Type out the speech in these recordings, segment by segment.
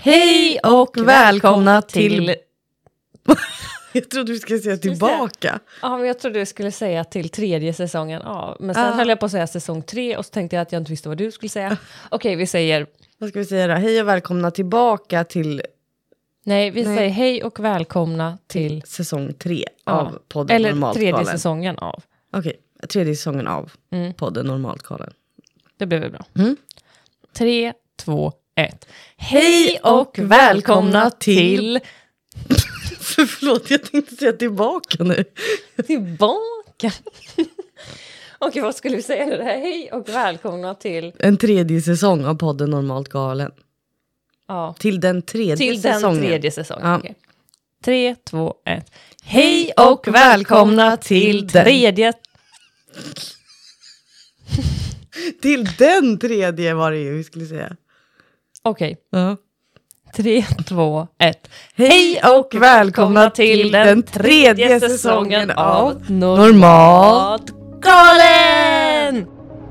Hej och välkomna till... Jag trodde du skulle säga tillbaka. Ja, men jag trodde du skulle säga till 3:e säsongen av. Men sen höll jag på att säga säsong 3 och så tänkte jag att jag inte visste vad du skulle säga. Okej, vi säger... Vad ska vi säga då? Hej och välkomna tillbaka till... Nej, vi säger hej och välkomna till... Säsong 3 av podden eller Normaltgalen. Eller 3:e säsongen av. Okej, 3:e säsongen av podden Normaltgalen. Det blev väl bra. 3, 2, 1. Hej och välkomna till... Förlåt, jag tänkte säga tillbaka nu. Tillbaka? Okej, vad skulle vi säga nu? Hej och välkomna till... En 3:e säsong av podden Normalt Galen. Ja. Till den 3:e säsongen. Till den 3:e säsongen, Ja. okej. 3, 2, 1. Hej och välkomna till 3:e... Till den 3:e var det ju vi skulle säga. Okej. Ja. 3, 2, 1. Hej och välkomna till den 3:e säsongen av Normalt Galen!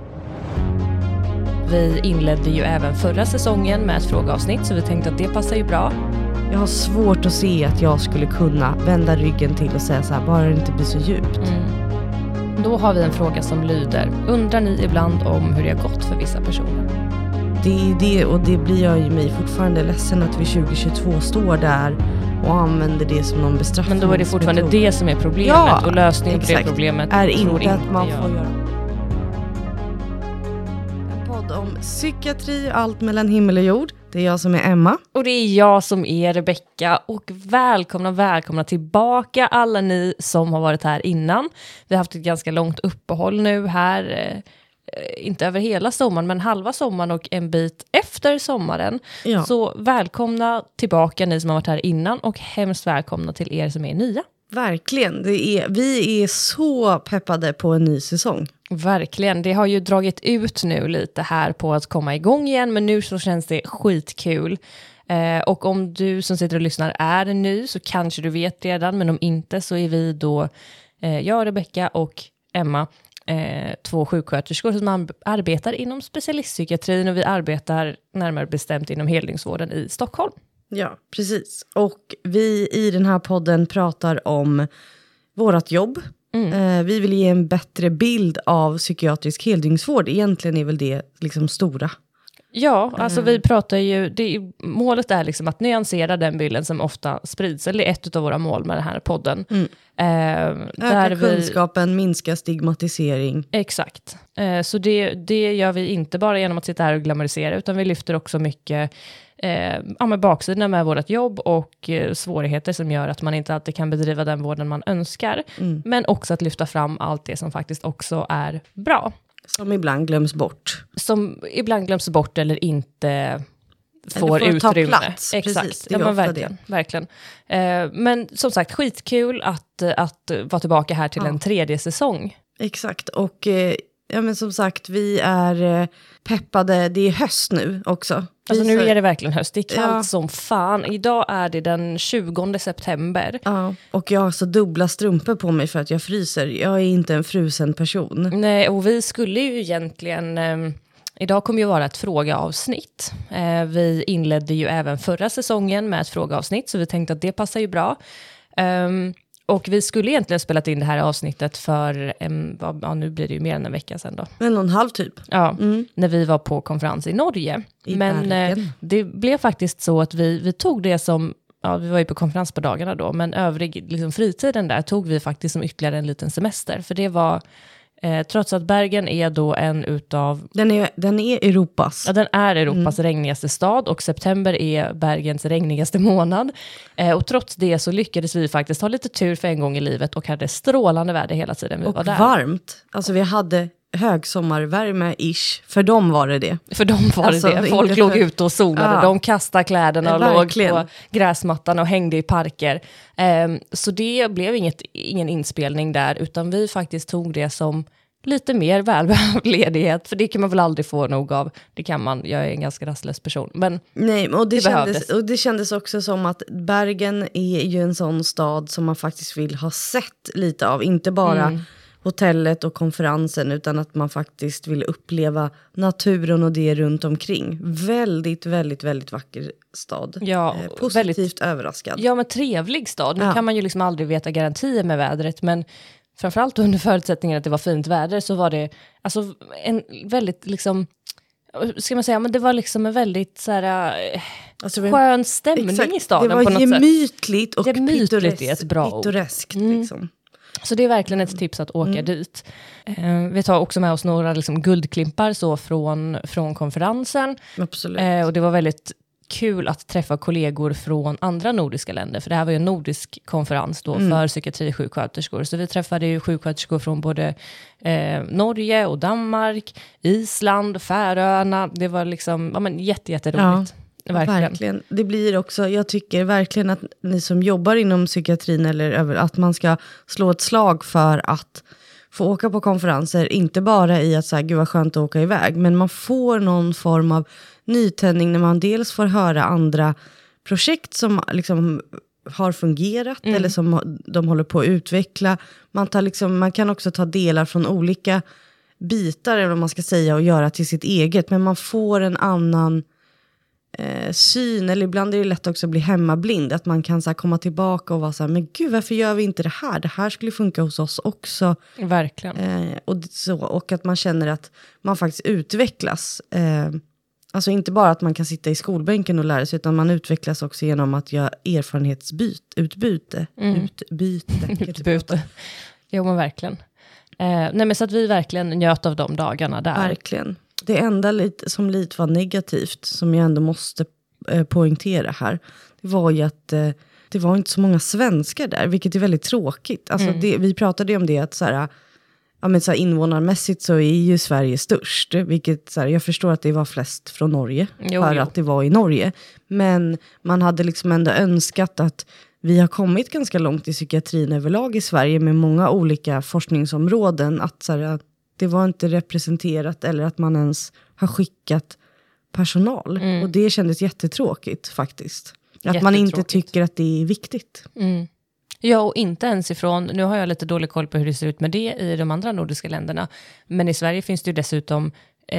Vi inledde ju även förra säsongen med ett frågeavsnitt, så vi tänkte att det passar ju bra. Jag har svårt att se att jag skulle kunna vända ryggen till och säga så här, bara det inte blir så djupt. Då har vi en fråga som lyder: undrar ni ibland om hur det har gått för vissa personer? Det är det, och det blir jag ju mig fortfarande ledsen att vi 2022 står där och använder det som någon bestraffning. Men då är det fortfarande det som är problemet, ja, och lösningen på det problemet är inte att man får göra. En podd om psykiatri och allt mellan himmel och jord. Det är jag som är Emma. Och det är jag som är Rebecca, och välkomna tillbaka alla ni som har varit här innan. Vi har haft ett ganska långt uppehåll nu här, inte över hela sommaren men halva sommaren och en bit efter sommaren. Ja. Så välkomna tillbaka ni som har varit här innan, och hemskt välkomna till er som är nya. Verkligen, vi är så peppade på en ny säsong. Verkligen, det har ju dragit ut nu lite här på att komma igång igen, men nu så känns det skitkul. Och om du som sitter och lyssnar är ny så kanske du vet redan, men om inte så är vi då, jag, Rebecca och Emma, 2 sjuksköterskor som arbetar inom specialistpsykiatrin, och vi arbetar närmare bestämt inom heldygnsvården i Stockholm. Ja, precis. Och vi i den här podden pratar om vårat jobb. Vi vill ge en bättre bild av psykiatrisk heldygnsvård. Egentligen är väl det liksom stora. Ja, alltså vi pratar ju, målet är liksom att nyansera den bilden som ofta sprids, eller ett av våra mål med den här podden. Öka kunskapen, minska stigmatisering. Exakt. Så det gör vi inte bara genom att sitta här och glamorisera, utan vi lyfter också mycket med baksidorna med vårt jobb och svårigheter som gör att man inte alltid kan bedriva den vården man önskar. Men också att lyfta fram allt det som faktiskt också är bra. Som ibland glöms bort. Som ibland glöms bort eller inte får utrymme. Ta plats. Exakt. Precis, ja, men verkligen. Men som sagt, skitkul att vara tillbaka här till en 3:e säsong. Exakt, och ja, men som sagt, vi är peppade. Det är höst nu också. Alltså nu är det verkligen höst. Det är kallt som fan. Idag är det den 20 september. Ja, och jag har så dubbla strumpor på mig för att jag fryser. Jag är inte en frusen person. Nej, och vi skulle ju egentligen... idag kommer ju vara ett frågeavsnitt. Vi inledde ju även förra säsongen med ett frågeavsnitt, så vi tänkte att det passar ju bra. Och vi skulle egentligen spelat in det här avsnittet för, nu blir det ju mer än en vecka sedan då. 1,5 typ. Ja, när vi var på konferens i Norge. Men det blev faktiskt så att vi tog det som, vi var ju på konferens på dagarna då, men övrig liksom, fritiden där tog vi faktiskt som ytterligare en liten semester. För det var, trots att Bergen är då en utav... Den är Europas. Ja, den är Europas regnigaste stad, och september är Bergens regnigaste månad. Och trots det så lyckades vi faktiskt ha lite tur för en gång i livet och hade strålande väder hela tiden vi var där. Och varmt. Alltså vi hade högsommarvärme-ish. För dem var det. För dem var det. Folk låg ute och solade. Ja. De kastade kläderna och låg på gräsmattan och hängde i parker. Så det blev ingen inspelning där, utan vi faktiskt tog det som lite mer välbehövd ledighet. För det kan man väl aldrig få nog av. Det kan man, jag är en ganska rastlös person. Men nej, och det kändes också som att Bergen är ju en sån stad som man faktiskt vill ha sett lite av. Inte bara hotellet och konferensen, utan att man faktiskt vill uppleva naturen och det runt omkring. Väldigt, väldigt, väldigt vacker stad. Ja, positivt väldigt överraskad. Ja, men trevlig stad. Nu kan man ju liksom aldrig veta garantier med vädret, men framförallt under förutsättningen att det var fint väder så var det alltså en väldigt liksom, ska man säga, men det var liksom en väldigt så här, alltså, skön stämning i staden. Det var på något gemytligt och gemytligt är ett bra pittoreskt liksom. Så det är verkligen ett tips att åka dit. Vi tar också med oss några liksom guldklimpar så från konferensen. Absolut. Och det var väldigt kul att träffa kollegor från andra nordiska länder. För det här var ju en nordisk konferens då för psykiatrisjuksköterskor. Så vi träffade ju sjuksköterskor från både Norge och Danmark, Island, Färöarna. Det var liksom jätteroligt. Ja, verkligen. Det blir också, jag tycker verkligen att ni som jobbar inom psykiatrin eller över, att man ska slå ett slag för att få åka på konferenser, inte bara i att så här, gud vad skönt att åka iväg, men man får någon form av nytändning när man dels får höra andra projekt som liksom har fungerat eller som de håller på att utveckla. Man kan också ta delar från olika bitar, eller vad man ska säga, och göra till sitt eget, men man får en annan syn, eller ibland är det lätt också att bli hemmablind, att man kan så här, komma tillbaka och vara så här, men gud, varför gör vi inte det här? Det här skulle funka hos oss också. Verkligen. Och att man känner att man faktiskt utvecklas. Alltså inte bara att man kan sitta i skolbänken och lära sig, utan man utvecklas också genom att göra erfarenhetsutbyte. Utbyte. Jo, men verkligen. Nej, men så att vi verkligen njöt av de dagarna där. Verkligen. Det enda som lite var negativt, som jag ändå måste poängtera här, det var ju att det var inte så många svenskar där, vilket är väldigt tråkigt. Alltså vi pratade ju om det, att så här, ja, men så här, invånarmässigt så är ju Sverige störst, vilket så här, jag förstår att det var flest från Norge, att det var i Norge. Men man hade liksom ändå önskat att vi har kommit ganska långt i psykiatrin överlag i Sverige med många olika forskningsområden, att så här, det var inte representerat eller att man ens har skickat personal. Och det kändes jättetråkigt faktiskt. Att man inte tycker att det är viktigt. Ja, och inte ens ifrån, nu har jag lite dålig koll på hur det ser ut med det i de andra nordiska länderna. Men i Sverige finns det ju dessutom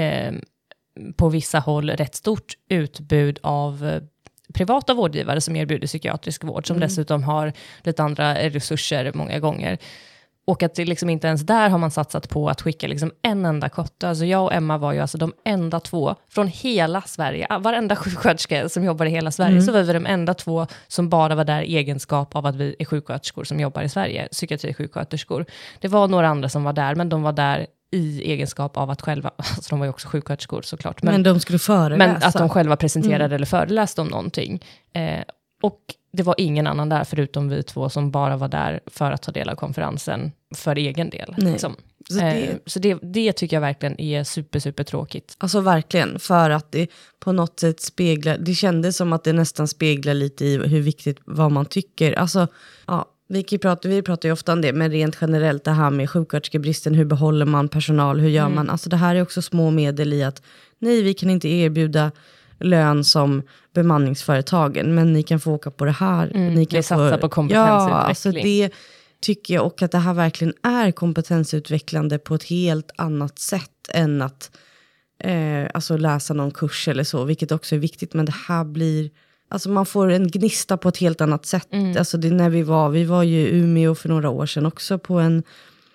på vissa håll rätt stort utbud av privata vårdgivare som erbjuder psykiatrisk vård. Som dessutom har lite andra resurser många gånger. Och att det liksom inte ens där har man satsat på att skicka liksom en enda kotte. Alltså jag och Emma var ju alltså de enda två från hela Sverige. Varenda sjuksköterska som jobbar i hela Sverige, så var vi de enda två som bara var där i egenskap av att vi är sjuksköterskor som jobbar i Sverige. Psykiatrisjuksköterskor. Det var några andra som var där, men de var där i egenskap av att själva, alltså de var ju också sjuksköterskor såklart. Men de skulle föreläsa. Men att de själva presenterade eller föreläste om någonting. Och det var ingen annan där förutom vi två som bara var där för att ta del av konferensen för egen del. Liksom. Så det tycker jag verkligen är super tråkigt. Alltså verkligen, för att det på något sätt speglar, det kändes som att det nästan speglar lite i hur viktigt vad man tycker. Alltså, ja, vi pratar ju ofta om det, men rent generellt det här med sjuksköterskebristen, hur behåller man personal, hur gör man? Alltså det här är också små medel i att nej, vi kan inte erbjuda lön som bemanningsföretagen, men ni kan få åka på det här. Ni kan satsa på kompetensutveckling. Ja, alltså det tycker jag, och att det här verkligen är kompetensutvecklande på ett helt annat sätt än att alltså läsa någon kurs eller så, vilket också är viktigt, men det här blir, alltså man får en gnista på ett helt annat sätt. Alltså det, när vi var ju i Umeå för några år sedan också på en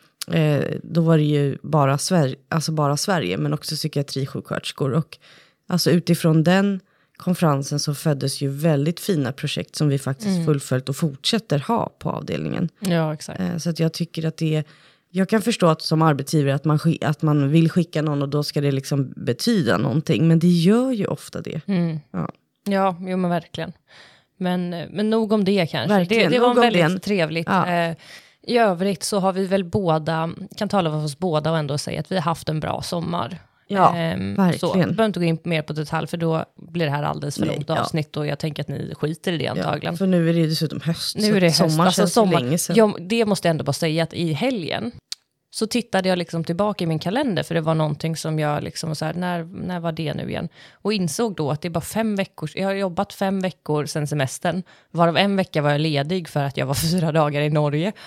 då var det ju bara Sverige, men också psykiatrisjuksköterskor, och alltså utifrån den konferensen så föddes ju väldigt fina projekt som vi faktiskt fullföljt och fortsätter ha på avdelningen. Ja, exakt. Så att jag tycker att jag kan förstå att som arbetsgivare att man vill skicka någon och då ska det liksom betyda någonting, men det gör ju ofta det. Ja, jo men verkligen. Men nog om det kanske. Verkligen, det var väldigt trevligt. Ja. I övrigt så har vi väl kan tala för oss båda och ändå säga att vi har haft en bra sommar. Ja, verkligen. Så, jag behöver inte gå in mer på detalj, för då blir det här alldeles för långt avsnitt, och jag tänker att ni skiter i det antagligen. Ja, för nu är det dessutom höst. Nu är det höst. Sommar känns för länge sedan. Ja, det måste jag ändå bara säga, att i helgen så tittade jag liksom tillbaka i min kalender, för det var någonting som jag liksom så här, när var det nu igen? Och insåg då att det är bara 5 veckor, jag har jobbat 5 veckor sedan semestern, varav en vecka var jag ledig för att jag var 4 dagar i Norge.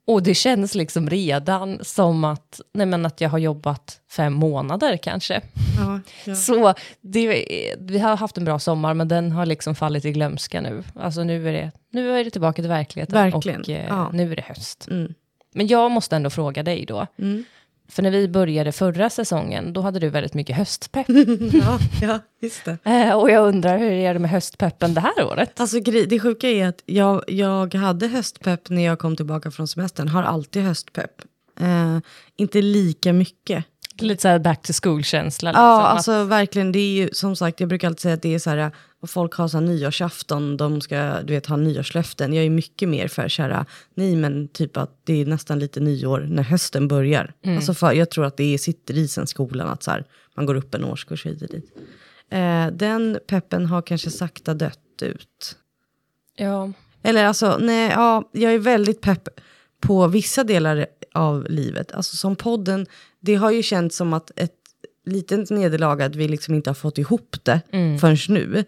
Och det känns liksom redan som att, att jag har jobbat 5 månader kanske. Ja. Så vi har haft en bra sommar, men den har liksom fallit i glömska nu. Alltså nu är det tillbaka till verkligheten. Verkligen. Och nu är det höst. Men jag måste ändå fråga dig då. För när vi började förra säsongen, då hade du väldigt mycket höstpepp. ja, just det. Och jag undrar, hur är det med höstpeppen det här året? Alltså det sjuka är att jag hade höstpepp när jag kom tillbaka från semestern. Har alltid höstpepp. Inte lika mycket. Lite så här back to school-känsla. Liksom, ja, alltså verkligen. Det är ju som sagt, jag brukar alltid säga att det är så här, och folk har så här nyårsafton, de ska, du vet, ha nyårslöften. Jag är mycket mer för så här, nej men typ att det är nästan lite nyår när hösten börjar. Alltså jag tror att det sitter i sen skolan att så här, man går upp en årskurs hit och dit. Den peppen har kanske sakta dött ut. Ja. Eller alltså, nej, ja, jag är väldigt pepp på vissa delar av livet. Alltså som podden, det har ju känts som att ett litet nederlag att vi liksom inte har fått ihop det förrän nu.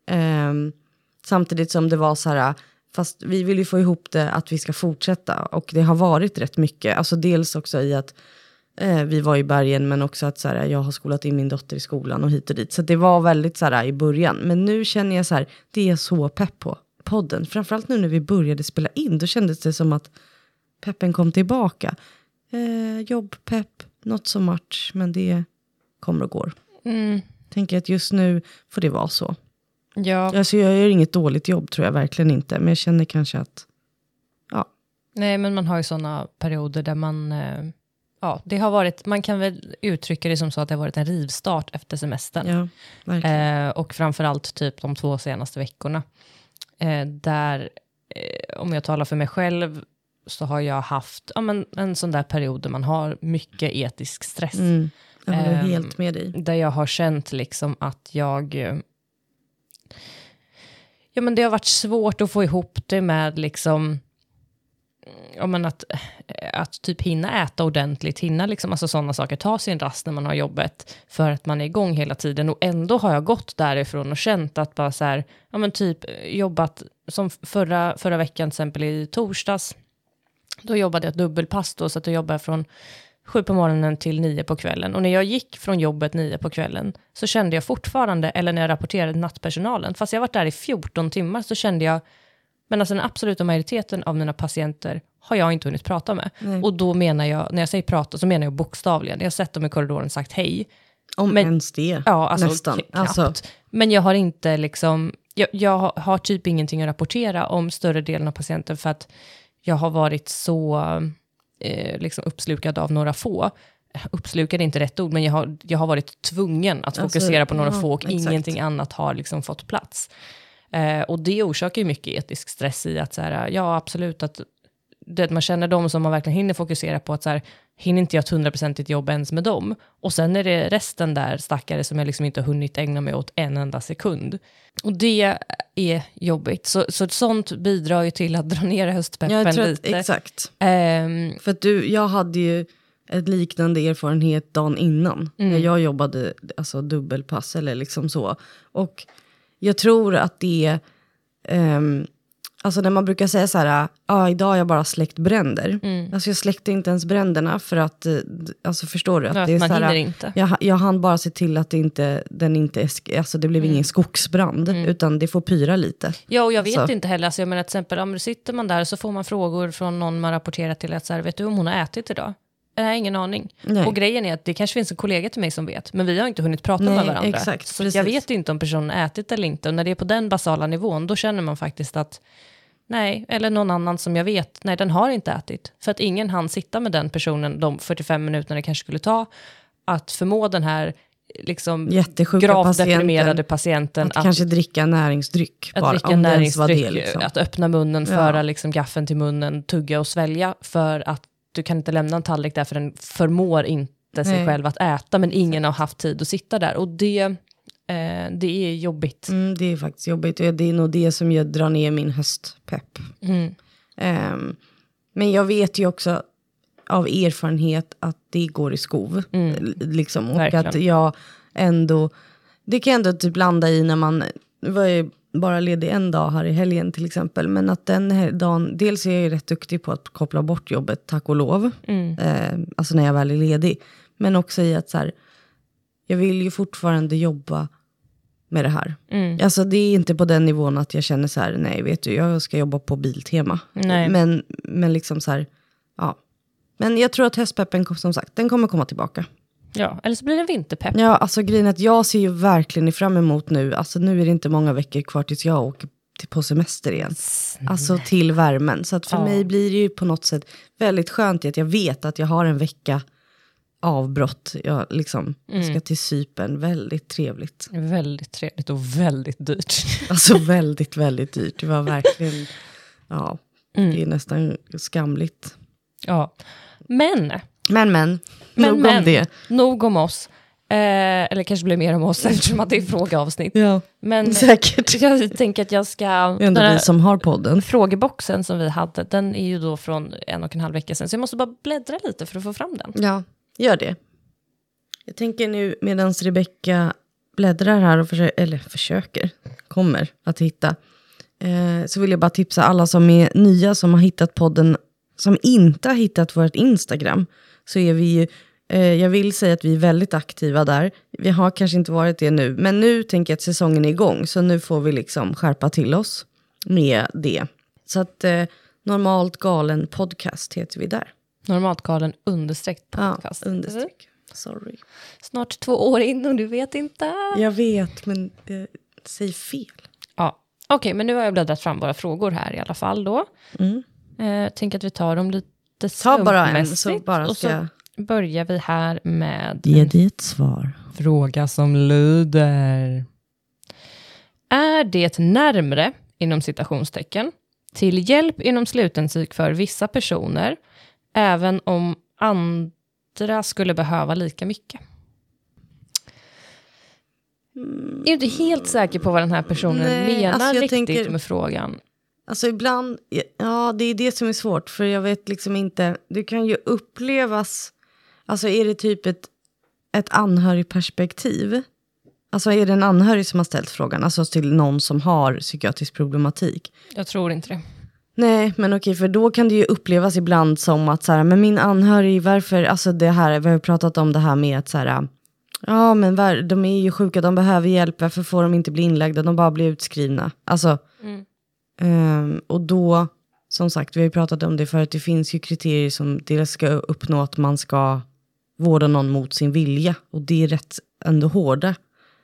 Samtidigt som det var så här, fast vi vill ju få ihop det att vi ska fortsätta. Och det har varit rätt mycket. Alltså dels också i att vi var i bergen, men också att så här, jag har skolat in min dotter i skolan och hit och dit. Så det var väldigt så här i början. Men nu känner jag så här, det är så pepp på podden. Framförallt nu när vi började spela in, då kändes det som att peppen kom tillbaka. Jobbpepp, not so much, men det kommer och går. Tänker att just nu får det vara så. Ja. Alltså jag gör inget dåligt jobb, tror jag verkligen inte. Men jag känner kanske att, ja. Nej, men man har ju sådana perioder där man, det har varit, man kan väl uttrycka det som så att det har varit en rivstart efter semestern. Ja, verkligen. Och framförallt typ de 2 senaste veckorna. Där, om jag talar för mig själv, så har jag haft en sån där period där man har mycket etisk stress. Jag håller helt med dig. Där jag har känt liksom att det har varit svårt att få ihop det med liksom, att typ hinna äta ordentligt, hinna liksom, alltså sådana saker, ta sin rast när man har jobbet, för att man är igång hela tiden. Och ändå har jag gått därifrån och känt att bara så här, typ jobbat som förra veckan till exempel i torsdags. Då jobbade jag ett dubbelpass då, så att jag jobbade från 7 på morgonen till 9 på kvällen. Och när jag gick från jobbet 9 på kvällen så kände jag fortfarande, eller när jag rapporterade nattpersonalen, fast jag varit där i 14 timmar, så kände jag, men alltså den absoluta majoriteten av mina patienter har jag inte hunnit prata med. Nej. Och då menar jag, när jag säger prata, så menar jag bokstavligen. Jag har sett dem i korridoren och sagt hej. Om ens det, ja, alltså, nästan. Alltså. Men jag har inte liksom, jag har typ ingenting att rapportera om större delen av patienten, för att jag har varit så liksom uppslukad av några få. Uppslukad är inte rätt ord, men jag har varit tvungen att fokusera på några få, och ingenting annat har liksom fått plats. Och det orsakar ju mycket etisk stress i att så här, ja absolut, att man känner dem som man verkligen hinner fokusera på, att så här, hinner inte jag 100% jobb ens med dem. Och sen är det resten där stackare som jag liksom inte har hunnit ägna mig åt en enda sekund. Och det är jobbigt. Så sånt bidrar ju till att dra ner höstpeppen lite. Exakt. För att jag hade ju ett liknande erfarenhet dagen innan. När jag jobbade alltså dubbelpass eller liksom så. Och jag tror att det alltså när man brukar säga så här, idag har jag bara släckt bränder. Alltså jag släckte inte ens bränderna för att, alltså förstår du? Att ja, det är man så här, inte. Jag hann bara se till att det blev ingen skogsbrand, utan det får pyra lite. Ja, och jag vet inte heller, alltså jag menar till exempel, om sitter man där så får man frågor från någon man rapporterar till, att så här, vet du om hon har ätit idag? Jag har ingen aning. Nej. Och grejen är att det kanske finns en kollega till mig som vet, men vi har inte hunnit prata med varandra. Exakt, så jag vet inte om personen ätit eller inte. Och när det är på den basala nivån, då känner man faktiskt att nej, eller någon annan som jag vet, nej, den har inte ätit. För att ingen hann sitta med den personen de 45 minuterna det kanske skulle ta att förmå den här liksom gravt deprimerade patienten att kanske dricka näringsdryck. Att dricka näringsdryck, liksom. Att öppna munnen, föra liksom gaffeln till munnen, tugga och svälja, för att du kan inte lämna en tallrik där, för den förmår inte sig själv att äta, men ingen har haft tid att sitta där. Och det är jobbigt. Det är faktiskt jobbigt, och det är nog det som jag drar ner min höstpepp. Men jag vet ju också av erfarenhet att det går i skov. Liksom. Och verkligen. Att jag ändå, det kan ändå typ landa i när man, bara ledig en dag här i helgen till exempel. Men att den här dagen, dels är jag rätt duktig på att koppla bort jobbet, tack och lov. Alltså när jag väl är ledig. Men också i att så här, jag vill ju fortfarande jobba med det här. Alltså det är inte på den nivån att jag känner så här, nej vet du, jag ska jobba på Biltema. Men liksom så här, ja. Men jag tror att hästpeppen, som sagt, den kommer komma tillbaka. Ja, eller så blir det vinterpepp. Ja, alltså grejen är att jag ser ju verkligen fram emot nu. Alltså nu är det inte många veckor kvar tills jag åker på semester igen. Alltså till värmen. Så att för mig blir det ju på något sätt väldigt skönt att jag vet att jag har en vecka avbrott. Jag liksom ska till Cypern. Väldigt trevligt. Väldigt trevligt och väldigt dyrt. Alltså väldigt, väldigt dyrt. Det var verkligen, ja, det är nästan skamligt. Ja, men. Nog om det. Nog om oss. Eller kanske blir mer om oss eftersom att det är frågeavsnitt. Ja, men säkert. Jag tänker att jag ska... Ändå vi som har podden. Frågeboxen som vi hade, den är ju då från 1,5 vecka sedan. Så jag måste bara bläddra lite för att få fram den. Ja, gör det. Jag tänker nu medan Rebecka bläddrar här och kommer att hitta. Så vill jag bara tipsa alla som är nya som har hittat podden, som inte har hittat vårt Instagram. Så är vi ju, jag vill säga att vi är väldigt aktiva där. Vi har kanske inte varit det nu. Men nu tänker jag att säsongen är igång. Så nu får vi liksom skärpa till oss med det. Så att normalt galen podcast heter vi där. Normalt galen _podcast. Ja, understreck. Sorry. Snart 2 år in och du vet inte. Jag vet, men säg fel. Ja, okej, men nu har jag bläddrat fram våra frågor här i alla fall då. Tänker att vi tar dem lite Ta bara en, så bara och så börjar vi här med... Ge dig ett svar. Fråga som lyder: är det närmre, inom citationstecken, till hjälp inom sluten psyk för vissa personer, även om andra skulle behöva lika mycket? Jag är inte helt säker på vad den här personen menar alltså riktigt med frågan. Alltså ibland, ja det är det som är svårt. För jag vet liksom inte, det kan ju upplevas, alltså är det typ ett anhörigperspektiv? Alltså är det en anhörig som har ställt frågan, alltså till någon som har psykiatrisk problematik? Jag tror inte det. Nej, men okej, för då kan det ju upplevas ibland som att så här, men min anhörig, varför, alltså det här, vi har pratat om det här med att så här, ja men de är ju sjuka, de behöver hjälp, varför får de inte bli inlagda, de bara blir utskrivna. Alltså, och då, som sagt, vi har ju pratat om det för att det finns ju kriterier som dels ska uppnå att man ska vårda någon mot sin vilja. Och det är rätt ändå hårda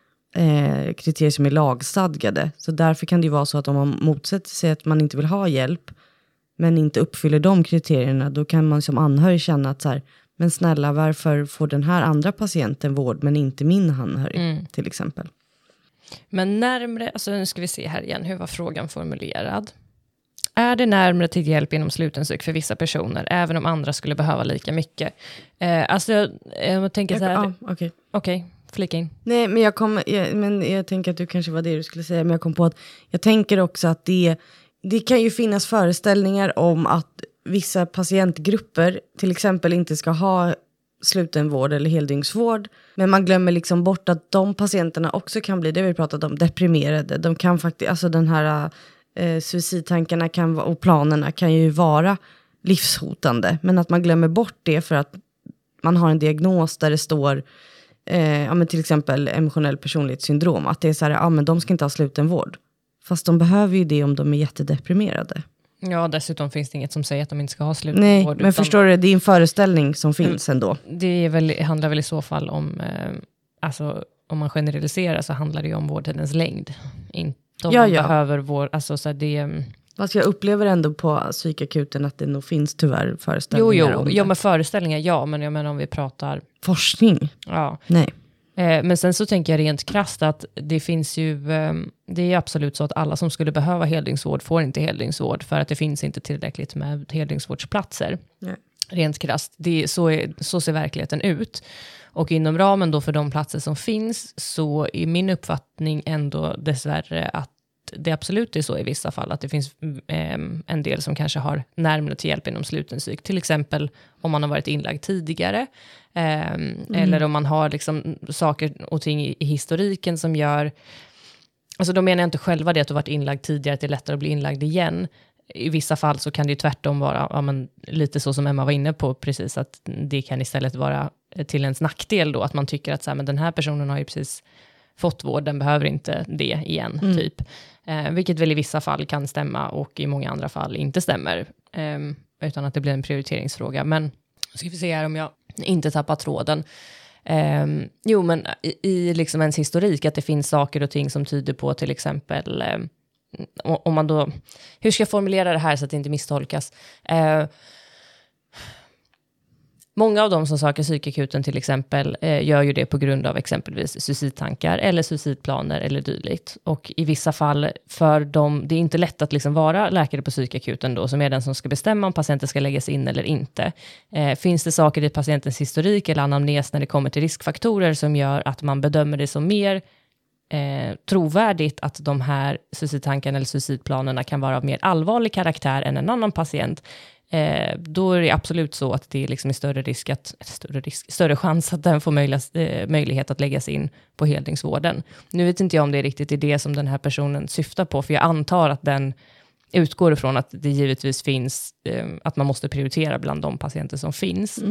kriterier som är lagstadgade. Så därför kan det ju vara så att om man motsätter sig att man inte vill ha hjälp, men inte uppfyller de kriterierna, då kan man som anhörig känna att så här, men snälla, varför får den här andra patienten vård men inte min anhörig till exempel? Men närmre, alltså nu ska vi se här igen, hur var frågan formulerad? Är det närmre till hjälp inom sluten psyk för vissa personer, även om andra skulle behöva lika mycket? Alltså, jag tänker så här... Okej, flika in. Nej, men jag tänker att du kanske var det du skulle säga, men jag kom på att jag tänker också att det kan ju finnas föreställningar om att vissa patientgrupper till exempel inte ska ha slutenvård eller heldygnsvård. Men man glömmer liksom bort att de patienterna också kan bli, det vi pratat om, deprimerade. De kan faktiskt, alltså den här suicidtankarna och planerna kan ju vara livshotande. Men att man glömmer bort det för att man har en diagnos där det står men till exempel emotionell personlighetssyndrom. Att det är så här, men de ska inte ha slutenvård. Fast de behöver ju det om de är jättedeprimerade. Ja, dessutom finns det inget som säger att de inte ska ha slutenvård. Nej, men förstår du, det är en föreställning som finns ändå. Det handlar väl i så fall om, alltså om man generaliserar så handlar det ju om vårdtidens längd. Inte om man behöver vård, alltså så det... Fast jag upplever ändå på psykakuten att det nog finns tyvärr föreställningar om det. Jo, men föreställningar, men jag menar om vi pratar... Forskning? Ja. Nej. Men sen så tänker jag rent krasst att det finns ju, det är absolut så att alla som skulle behöva heldygnsvård får inte heldygnsvård för att det finns inte tillräckligt med heldygnsvårdsplatser. Nej. Rent krasst, så ser verkligheten ut. Och inom ramen då för de platser som finns så är min uppfattning ändå dessvärre att det absolut är så i vissa fall att det finns en del som kanske har närmare till hjälp inom sluten psyk. Till exempel om man har varit inlagd tidigare eller om man har liksom saker och ting i historiken som gör Alltså då menar jag inte själva det att du varit inlagd tidigare, att det är lättare att bli inlagd igen. I vissa fall så kan det ju tvärtom vara lite så som Emma var inne på precis, att det kan istället vara till ens nackdel då, att man tycker att så här, men den här personen har ju precis fått vård, den behöver inte det igen, typ. Vilket väl i vissa fall kan stämma och i många andra fall inte stämmer. Utan att det blir en prioriteringsfråga. Men ska vi se här om jag inte tappar tråden. Jo, men i liksom ens historik att det finns saker och ting som tyder på till exempel om man då, hur ska jag formulera det här så att det inte misstolkas? Många av dem som söker psykakuten till exempel gör ju det på grund av exempelvis suicidtankar eller suicidplaner eller dylikt. Och i vissa fall för dem, det är inte lätt att liksom vara läkare på psykakuten då, som är den som ska bestämma om patienten ska läggas in eller inte. Finns det saker i patientens historik eller anamnes när det kommer till riskfaktorer som gör att man bedömer det som mer trovärdigt att de här suicidtankarna eller suicidplanerna kan vara av mer allvarlig karaktär än en annan patient, då är det absolut så att det är liksom större chans att den får möjlighet att läggas in på helningsvården. Nu vet inte jag om det är riktigt det som den här personen syftar på, för jag antar att den utgår ifrån att det givetvis finns, att man måste prioritera bland de patienter som finns.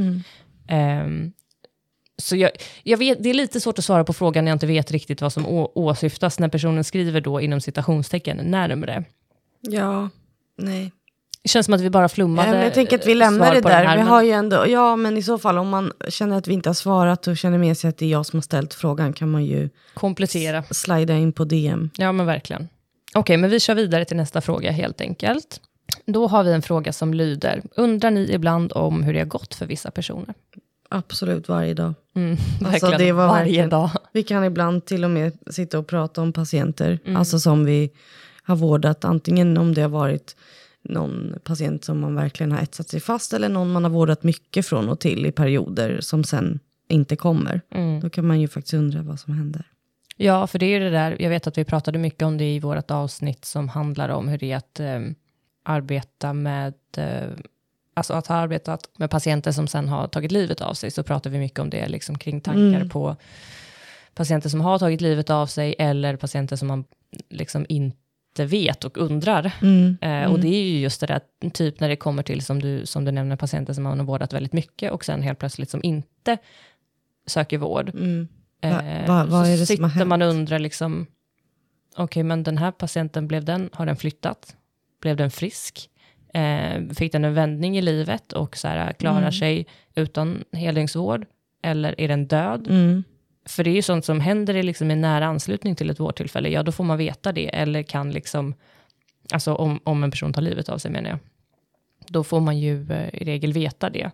Så jag vet, det är lite svårt att svara på frågan när jag inte vet riktigt vad som åsyftas när personen skriver då inom citationstecken närmare. Ja, nej. Det känns som att vi bara flummade. Jag tänker att vi lämnar det där. Vi har ju ändå, ja, men i så fall om man känner att vi inte har svarat och känner med sig att det är jag som har ställt frågan, kan man ju komplettera. Slida in på DM. Ja, men verkligen. Okej, men vi kör vidare till nästa fråga helt enkelt. Då har vi en fråga som lyder: undrar ni ibland om hur det har gått för vissa personer? Absolut, varje dag. Alltså, det var varje dag. Vi kan ibland till och med sitta och prata om patienter. Alltså som vi har vårdat. Antingen om det har varit någon patient som man verkligen har etsat sig fast. Eller någon man har vårdat mycket från och till i perioder som sen inte kommer. Då kan man ju faktiskt undra vad som händer. Ja, för det är ju det där. Jag vet att vi pratade mycket om det i vårt avsnitt som handlar om hur det är att arbeta med... Alltså att ha arbetat med patienter som sen har tagit livet av sig, så pratar vi mycket om det liksom kring tankar på patienter som har tagit livet av sig eller patienter som man liksom inte vet och undrar. Och det är ju just det där typ när det kommer till som du nämner, patienter som man har vårdat väldigt mycket och sen helt plötsligt som inte söker vård. Vad är det så som har sitter man och undrar liksom, okej, men den här patienten, har den flyttat? Blev den frisk? Fick den en vändning i livet och så här, klarar sig utan helningsvård, eller är den död? För det är ju sånt som händer i liksom en nära anslutning till ett vårdtillfälle. Ja, då får man veta det, eller kan liksom, alltså om en person tar livet av sig, menar jag, då får man ju i regel veta det.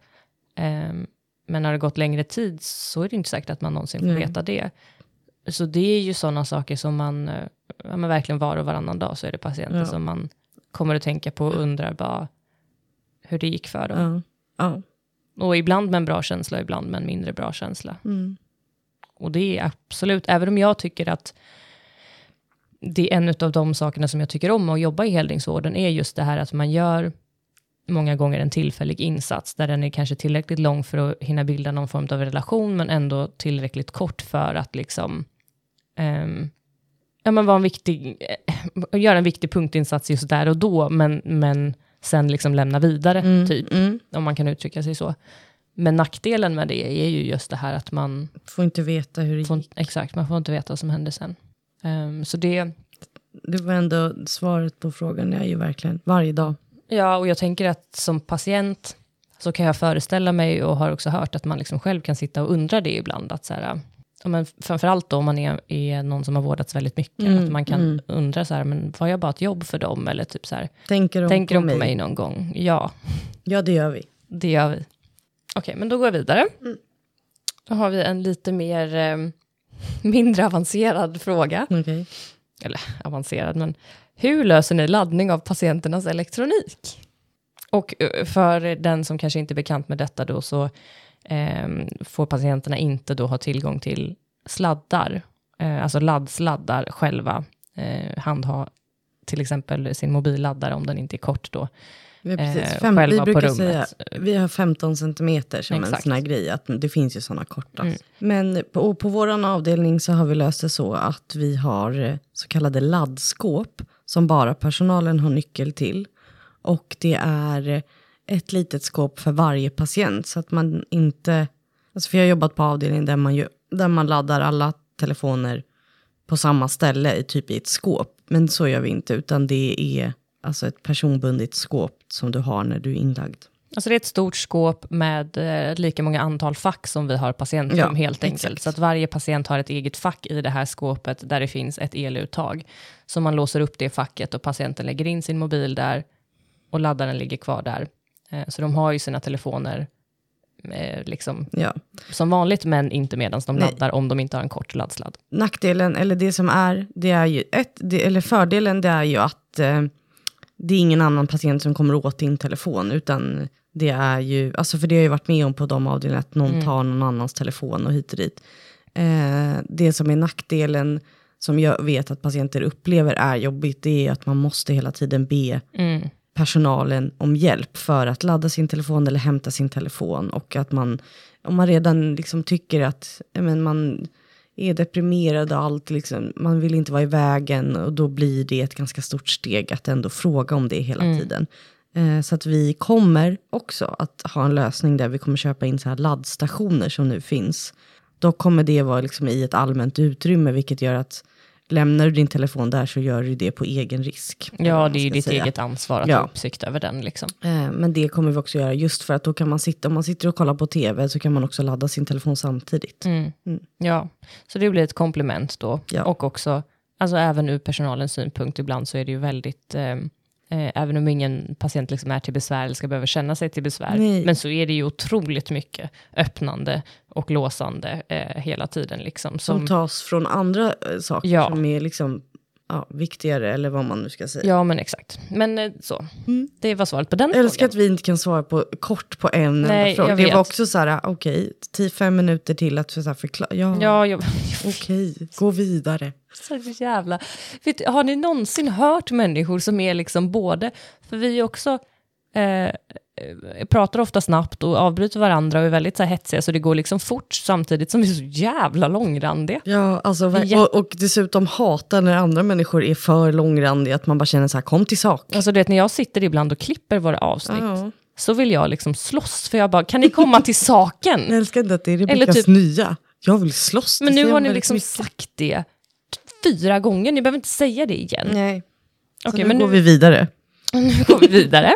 Men när det gått längre tid så är det inte säkert att man någonsin får veta det. Så det är ju sådana saker som man verkligen var och varannan dag så är det patienter som man kommer att tänka på och undrar bara hur det gick för dem. Och ibland med en bra känsla, ibland med en mindre bra känsla. Och det är absolut, även om jag tycker att det är en av de sakerna som jag tycker om att jobba i helningsvården, är just det här att man gör många gånger en tillfällig insats där den är kanske tillräckligt lång för att hinna bilda någon form av relation, men ändå tillräckligt kort för att liksom vara göra en viktig punktinsats just där och då, men sen liksom lämna vidare typ, om man kan uttrycka sig så. Men nackdelen med det är ju just det här att man får inte veta hur det gick. Exakt, man får inte veta vad som hände sen. Så det var ändå svaret på frågan, är ju verkligen varje dag. Ja, och jag tänker att som patient så kan jag föreställa mig, och har också hört att man liksom själv kan sitta och undra det ibland, att så här, men framförallt då om man är någon som har vårdats väldigt mycket, att man kan undra så här, men var jag bara ett jobb för dem, eller typ så här, tänker de på mig någon gång? Ja, det gör vi. Det gör vi. Okej, men då går jag vidare. Då har vi en lite mer mindre avancerad fråga. Okay. Eller avancerad, men hur löser ni laddning av patienternas elektronik? Och för den som kanske inte är bekant med detta då, så får patienterna inte då ha tillgång till sladdar. Alltså laddsladdar själva handha till exempel sin mobilladdare om den inte är kort då. Vi Själva brukar på rummet. säga, vi har 15 centimeter som Exakt. en sån här grej, att det finns ju sådana korta. Men på vår avdelning så har vi löst det så att vi har så kallade laddskåp som bara personalen har nyckel till. Och det är ett litet skåp för varje patient, så att man inte, alltså för jag har jobbat på avdelning där man laddar alla telefoner på samma ställe, typ i ett skåp. Men så gör vi inte, utan det är alltså ett personbundet skåp som du har när du är inlagd. Alltså det är ett stort skåp med lika många antal fack som vi har patientrum helt enkelt. Exakt. Så att varje patient har ett eget fack i det här skåpet där det finns ett eluttag. Så man låser upp det facket och patienten lägger in sin mobil där och laddaren ligger kvar där. Så de har ju sina telefoner liksom som vanligt, men inte medan de laddar om de inte har en kort laddsladd. Nackdelen, eller det är ju eller fördelen, det är ju att det är ingen annan patient som kommer åt din telefon, utan det är ju, alltså för det har ju varit med om på de avdelningarna att någon tar någon annans telefon och hit och dit. Det som är nackdelen som jag vet att patienter upplever är jobbigt, det är att man måste hela tiden be personalen om hjälp för att ladda sin telefon eller hämta sin telefon, och att om man redan liksom tycker att man är deprimerad och allt, liksom, man vill inte vara i vägen, och då blir det ett ganska stort steg att ändå fråga om det hela tiden. Så att vi kommer också att ha en lösning där vi kommer köpa in så här laddstationer som nu finns. Då kommer det vara liksom i ett allmänt utrymme, vilket gör att lämnar du din telefon där så gör du det på egen risk. Ja, det är ju ditt eget ansvar att ha uppsikt över den. Liksom. Men det kommer vi också göra, just för att då kan man om man sitter och kollar på tv så kan man också ladda sin telefon samtidigt. Ja, så det blir ett komplement då. Ja. Och också, alltså även ur personalens synpunkt ibland så är det ju väldigt, även om ingen patient liksom är till besvär eller ska behöva känna sig till besvär. Nej. Men så är det ju otroligt mycket öppnande och låsande hela tiden. Liksom, som tas från andra saker som är liksom viktigare, eller vad man nu ska säga. Ja, men exakt. Men så, det var svaret på den frågan. Jag älskar frågan. Att vi inte kan svara kort på en enda fråga. Det var också så här, okej, 10-5 minuter till att förklara. Okej, gå vidare. Så jävla. Har ni någonsin hört människor som är liksom både, för vi också pratar ofta snabbt och avbryter varandra och är väldigt så här hetsiga, så det går liksom fort samtidigt som vi är så jävla långrandiga. Ja, alltså, och dessutom hatar när andra människor är för långrandiga, att man bara känner så här, kom till sak. Alltså du vet, när jag sitter ibland och klipper våra avsnitt så vill jag liksom slåss, för jag bara, kan ni komma till saken? Jag älskar inte att det är Rebeckas nya. Jag vill slåss. Men nu har ni liksom sagt det 4 gånger, ni behöver inte säga det igen. Nej, okej, men nu går vi vidare. Nu går vi vidare.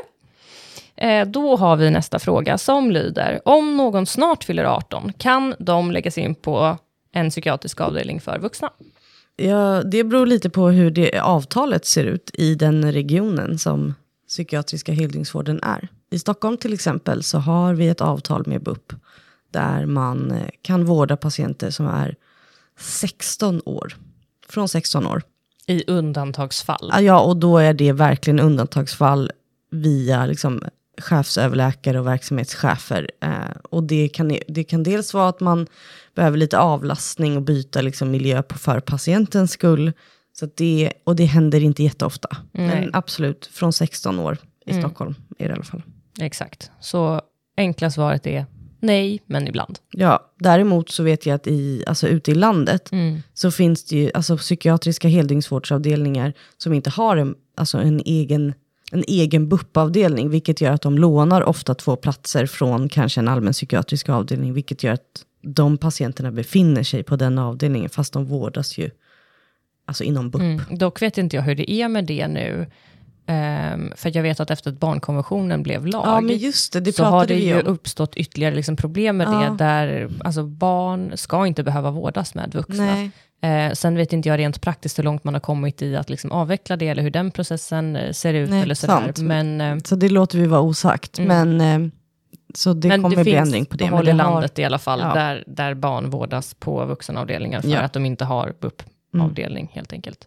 Då har vi nästa fråga som lyder: om någon snart fyller 18, kan de läggas in på en psykiatrisk avdelning för vuxna? Ja, det beror lite på hur det avtalet ser ut i den regionen som psykiatriska heldygnsvården är. I Stockholm till exempel så har vi ett avtal med BUP där man kan vårda patienter som är 16 år. Från 16 år. I undantagsfall? Ja, och då är det verkligen undantagsfall via liksom chefsöverläkare och verksamhetschefer. Och det kan dels vara att man behöver lite avlastning och byta liksom miljö för patientens skull. Så att det händer inte jätteofta. Men absolut, från 16 år i Stockholm är det i alla fall. Exakt. Så enkla svaret är nej, men ibland. Ja, däremot så vet jag att ute i landet så finns det ju psykiatriska heldygnsvårdsavdelningar som inte har en egen BUP-avdelning, vilket gör att de lånar ofta 2 platser från kanske en allmän psykiatrisk avdelning, vilket gör att de patienterna befinner sig på den avdelningen fast de vårdas ju inom BUP. Dock vet inte jag hur det är med det nu. För jag vet att efter att barnkonventionen blev lag, men just det så har det ju uppstått ytterligare liksom problem med det, där barn ska inte behöva vårdas med vuxna. Sen vet inte jag rent praktiskt hur långt man har kommit i att liksom avveckla det, eller hur den processen ser ut. Eller sådär. Men, så det låter vi vara osagt. Men så det kommer bli ändring på det. Men det landet i alla fall där barn vårdas på vuxenavdelningar för att de inte har BUP-avdelning helt enkelt.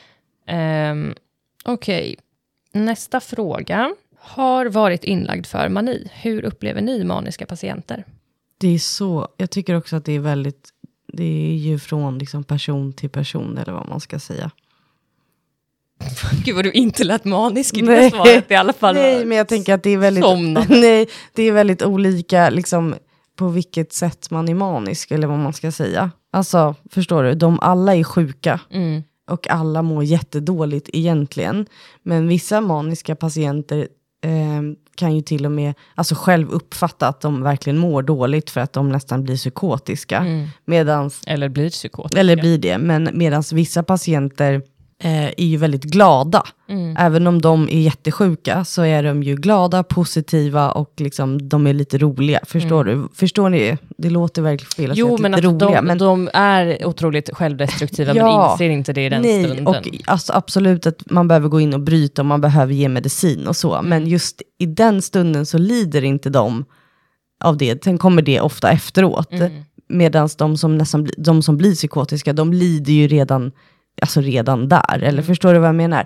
Okej. Nästa fråga. Har varit inlagd för mani. Hur upplever ni maniska patienter? Det är så. Jag tycker också att det är väldigt. Det är ju från liksom person till person, eller vad man ska säga. Gud vad du inte lät manisk i det svaret i alla fall. Nej, men jag tänker att det är väldigt, nej, det är väldigt olika liksom, på vilket sätt man är manisk eller vad man ska säga. Alltså, förstår du? Alla är sjuka. Och alla mår jättedåligt egentligen. Men vissa maniska patienter kan ju till och med alltså själv uppfatta att de verkligen mår dåligt för att de nästan blir psykotiska. Eller blir psykotiska. Eller blir det. Men medan vissa patienter är ju väldigt glada. Även om de är jättesjuka så är de ju glada, positiva och liksom, de är lite roliga. Förstår du? Förstår ni? Det låter verkligen fel att säga men lite att roliga. de är otroligt självdestruktiva men inser inte det i den stunden. Och alltså, absolut att man behöver gå in och bryta och man behöver ge medicin och så. Men just i den stunden så lider inte de av det. Sen kommer det ofta efteråt. Medan de som blir psykotiska, de lider ju redan där, eller förstår du vad jag menar?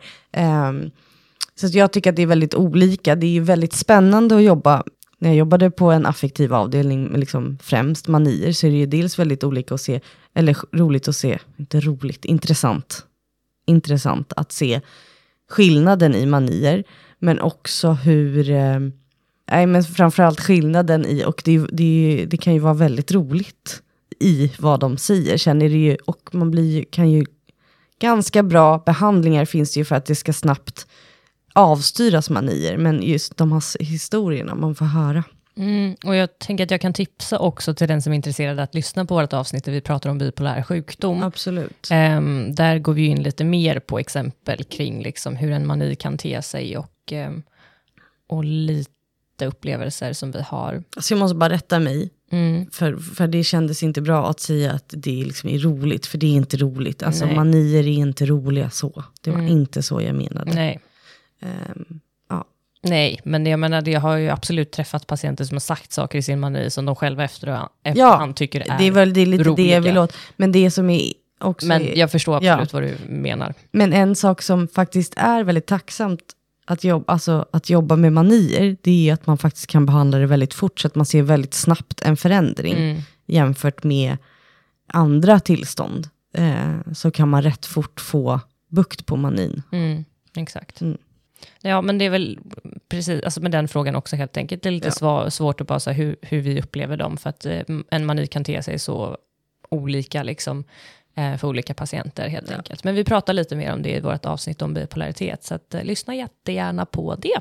Så jag tycker att det är väldigt olika. Det är ju väldigt spännande att jobba. När jag jobbade på en affektiv avdelning med liksom främst manier så är det ju dels väldigt olika att se, eller roligt att se, inte roligt, intressant att se skillnaden i manier, men också hur men framförallt skillnaden i, och det kan ju vara väldigt roligt i vad de säger, känner det ju, och kan ju ganska bra behandlingar finns det ju för att det ska snabbt avstyras manier. Men just de här historierna man får höra. Och jag tänker att jag kan tipsa också till den som är intresserad att lyssna på vårt avsnitt där vi pratar om bipolär sjukdom. Absolut. Där går vi in lite mer på exempel kring liksom hur en mani kan te sig och lite upplevelser som vi har. Så jag måste bara rätta mig. För det kändes inte bra att säga att det liksom är roligt. För det är inte roligt. Alltså manier är inte roliga så. Det var inte så jag menade. Nej. Nej, men jag menar, jag har ju absolut träffat patienter som har sagt saker i sin mani som de själva efterhand tycker är det är väl lite roliga. Det jag vill åt. Men det som är också... Men jag förstår absolut vad du menar. Men en sak som faktiskt är väldigt tacksamt att jobba med manier, det är att man faktiskt kan behandla det väldigt fort så att man ser väldigt snabbt en förändring jämfört med andra tillstånd. Så kan man rätt fort få bukt på manin. Exakt. Ja, men det är väl precis, alltså med den frågan också helt enkelt. Det är lite svårt att bara säga hur vi upplever dem, för att en mani kan te sig så olika liksom, för olika patienter helt enkelt. Men vi pratar lite mer om det i vårt avsnitt om bipolaritet, så att, lyssna jättegärna på det.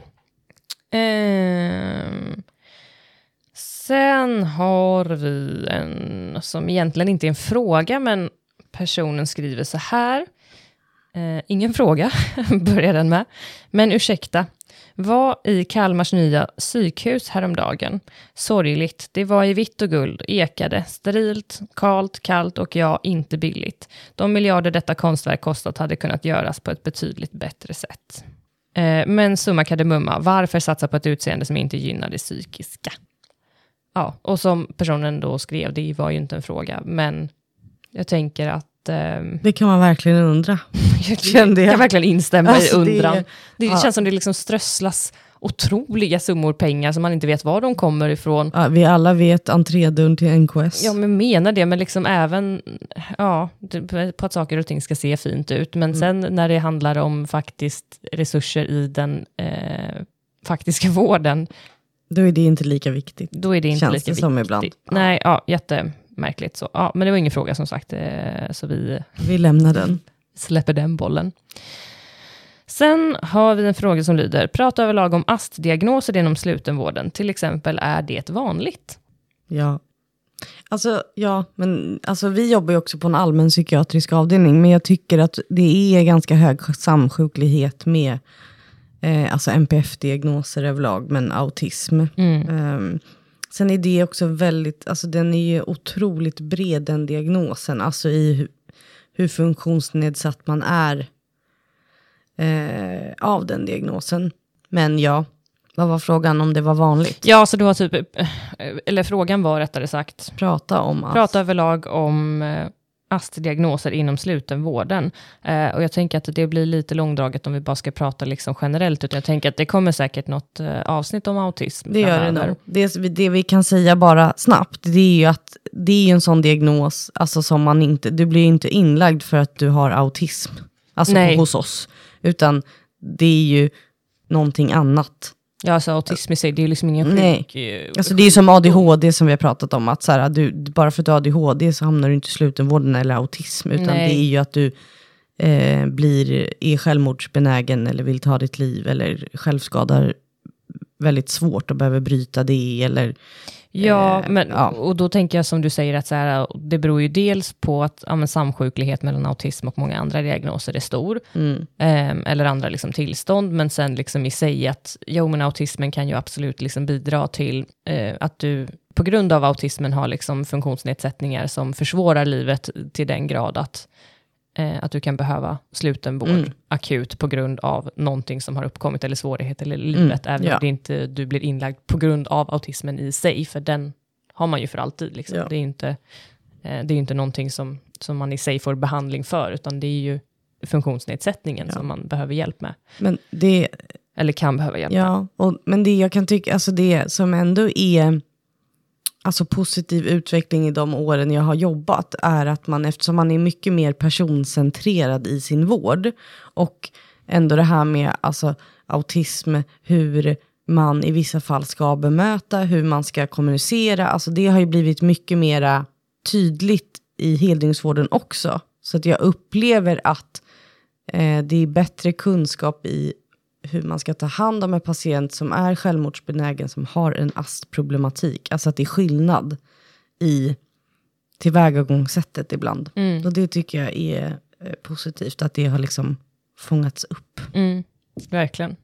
Sen har vi en som egentligen inte är en fråga, men personen skriver så här. Ingen fråga, börjar den med. Men ursäkta, var i Kalmars nya psykhus häromdagen. Sorgligt, det var i vitt och guld, ekade, sterilt, kallt och inte billigt. De miljarder detta konstverk kostat hade kunnat göras på ett betydligt bättre sätt. Men summa kardemumma, varför satsa på ett utseende som inte gynnar det psykiska? Ja, och som personen då skrev, det var ju inte en fråga, men jag tänker att det kan man verkligen undra. Jag kan verkligen instämma i undran. Det känns som det liksom strösslas otroliga summor pengar som man inte vet var de kommer ifrån. Ja, vi alla vet entrédörren till NKS. Ja, men menar det. Men liksom även på att saker och ting ska se fint ut. Men sen när det handlar om faktiskt resurser i den faktiska vården, då är det inte lika viktigt. Då är det inte känns lika det viktigt. Som ibland. Nej, jättemärkligt så. Ja, men det var ingen fråga som sagt, så vi lämnar den. Släpper den bollen. Sen har vi en fråga som lyder: prata överlag om astdiagnoser inom slutenvården. Till exempel, är det vanligt? Ja. Alltså vi jobbar ju också på en allmän psykiatrisk avdelning, men jag tycker att det är ganska hög samsjuklighet med alltså NPF-diagnoser överlag, men autism. Sen är det också väldigt, alltså den är ju otroligt bred, den diagnosen, alltså i hur funktionsnedsatt man är av den diagnosen. Men ja, vad var frågan, om det var vanligt? Ja, så det var typ, eller frågan var rättare sagt, prata överlag om astdiagnoser inom slutenvården. Och jag tänker att det blir lite långdraget om vi bara ska prata liksom generellt, utan jag tänker att det kommer säkert något avsnitt om autism. Det gör det nog. Det vi kan säga bara snabbt, det är ju att det är en sån diagnos, alltså som du blir inte inlagd för att du har autism, alltså hos oss. Utan det är ju någonting annat. Ja, alltså autism i sig, det är ju liksom ingen sjuk. Alltså det är som ADHD som vi har pratat om. Att så här, bara för att du har ADHD så hamnar du inte i slutenvården eller autism. Utan det är ju att du är självmordsbenägen eller vill ta ditt liv. Eller självskadar väldigt svårt och behöver bryta det. Eller, och då tänker jag som du säger att så här, det beror ju dels på att samsjuklighet mellan autism och många andra diagnoser är stor. Eller andra liksom tillstånd. Men sen liksom i sig att autismen kan ju absolut liksom bidra till att du på grund av autismen har liksom funktionsnedsättningar som försvårar livet till den grad att du kan behöva slutenvård akut på grund av någonting som har uppkommit eller svårigheter i livet. Även om det inte du blir inlagd på grund av autismen i sig. För den har man ju för alltid. Liksom. Ja. Det är ju inte någonting som man i sig får behandling för. Utan det är ju funktionsnedsättningen som man behöver hjälp med. Men eller kan behöva hjälp med. Ja, men det jag kan tycka, alltså det som ändå är alltså positiv utveckling i de åren jag har jobbat är att eftersom man är mycket mer personcentrerad i sin vård och ändå det här med alltså autism, hur man i vissa fall ska bemöta, hur man ska kommunicera, alltså det har ju blivit mycket mera tydligt i heldygnsvården också. Så att jag upplever att det är bättre kunskap i hur man ska ta hand om en patient som är självmordsbenägen, som har en astproblematik. Alltså att det är skillnad i tillvägagångssättet ibland. Och det tycker jag är positivt, att det har liksom fångats upp. Verkligen.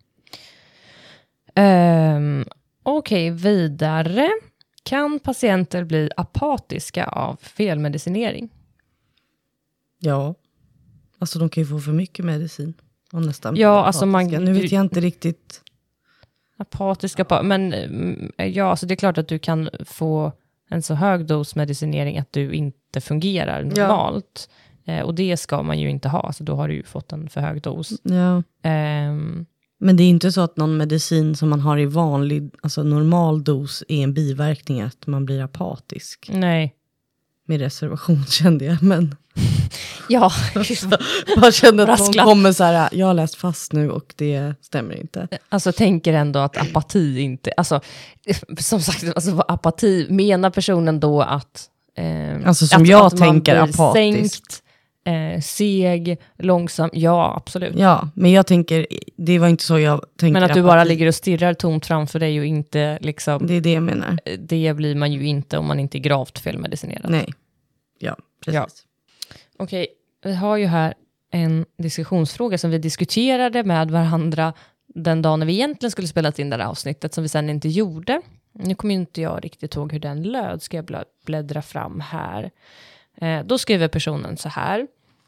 Okej, vidare. Kan patienter bli apatiska av felmedicinering? Ja. Alltså de kan ju få för mycket medicin. Och nästan alltså nu vet jag inte riktigt. Apatiska, men alltså det är klart att du kan få en så hög dos medicinering att du inte fungerar normalt. Och det ska man ju inte ha, så då har du ju fått en för hög dos. Ja. Men det är inte så att någon medicin som man har i vanlig, alltså normal dos är en biverkning att man blir apatisk. Nej. Med reservation kände jag, men... Ja. Bara kände att någon kommer så här, jag har läst fast nu och det stämmer inte. Alltså tänker ändå att apati inte, alltså som sagt, alltså apati, menar personen då att alltså som jag att tänker apatisk. Sänkt, seg, långsam, ja absolut. Ja, men jag tänker, det var inte så jag tänkte. Men att du bara ligger och stirrar tomt framför dig och inte liksom. Det är det jag menar. Det blir man ju inte om man inte är gravt felmedicinerad. Nej, ja, precis. Ja. Okej, vi har ju här en diskussionsfråga som vi diskuterade med varandra den dagen när vi egentligen skulle spela in det här avsnittet som vi sen inte gjorde. Nu kommer inte jag riktigt ihåg hur den löd. Ska jag bläddra fram här. Då skriver personen så här.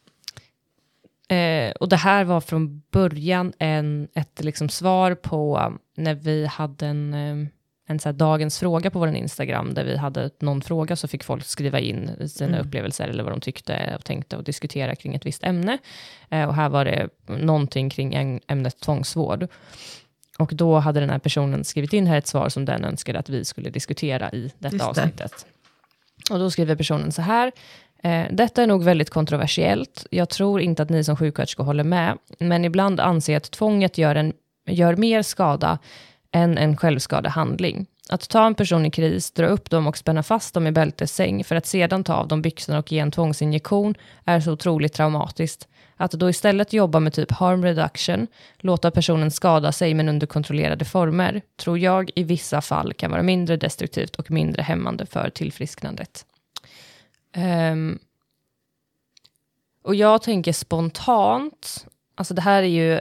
Och det här var från början ett liksom svar på när vi hade en så här dagens fråga på vår Instagram där vi hade någon fråga så fick folk skriva in sina upplevelser eller vad de tyckte och tänkte och diskutera kring ett visst ämne. Och här var det någonting kring ämnet tvångsvård. Och då hade den här personen skrivit in här ett svar som den önskade att vi skulle diskutera i detta avsnittet. Och då skriver personen så här. Detta är nog väldigt kontroversiellt. Jag tror inte att ni som sjuksköterskor håller med. Men ibland anser jag att tvånget gör mer skada än en självskadehandling. Att ta en person i kris, dra upp dem och spänna fast dem i bältessäng för att sedan ta av dem byxorna och ge en tvångsinjektion är så otroligt traumatiskt. Att då istället jobba med typ harm reduction, låta personen skada sig men under kontrollerade former, tror jag i vissa fall kan vara mindre destruktivt och mindre hämmande för tillfrisknandet. Och jag tänker spontant, alltså det här är ju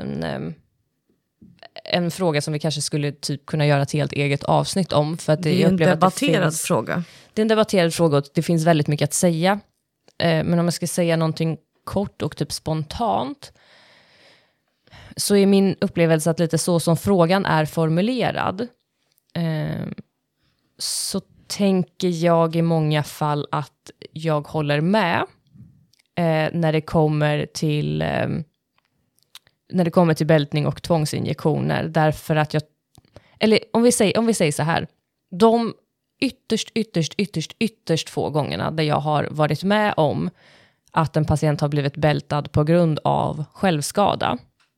en fråga som vi kanske skulle typ kunna göra ett helt eget avsnitt om. För att det är en debatterad fråga. Det är en debatterad fråga och det finns väldigt mycket att säga. Men om jag ska säga någonting kort och typ spontant så är min upplevelse att lite så som frågan är formulerad så tänker jag i många fall att jag håller med när det kommer till bältning och tvångsinjektioner, därför att om vi säger så här, de ytterst få gångerna där jag har varit med om att en patient har blivit bältad på grund av självskada,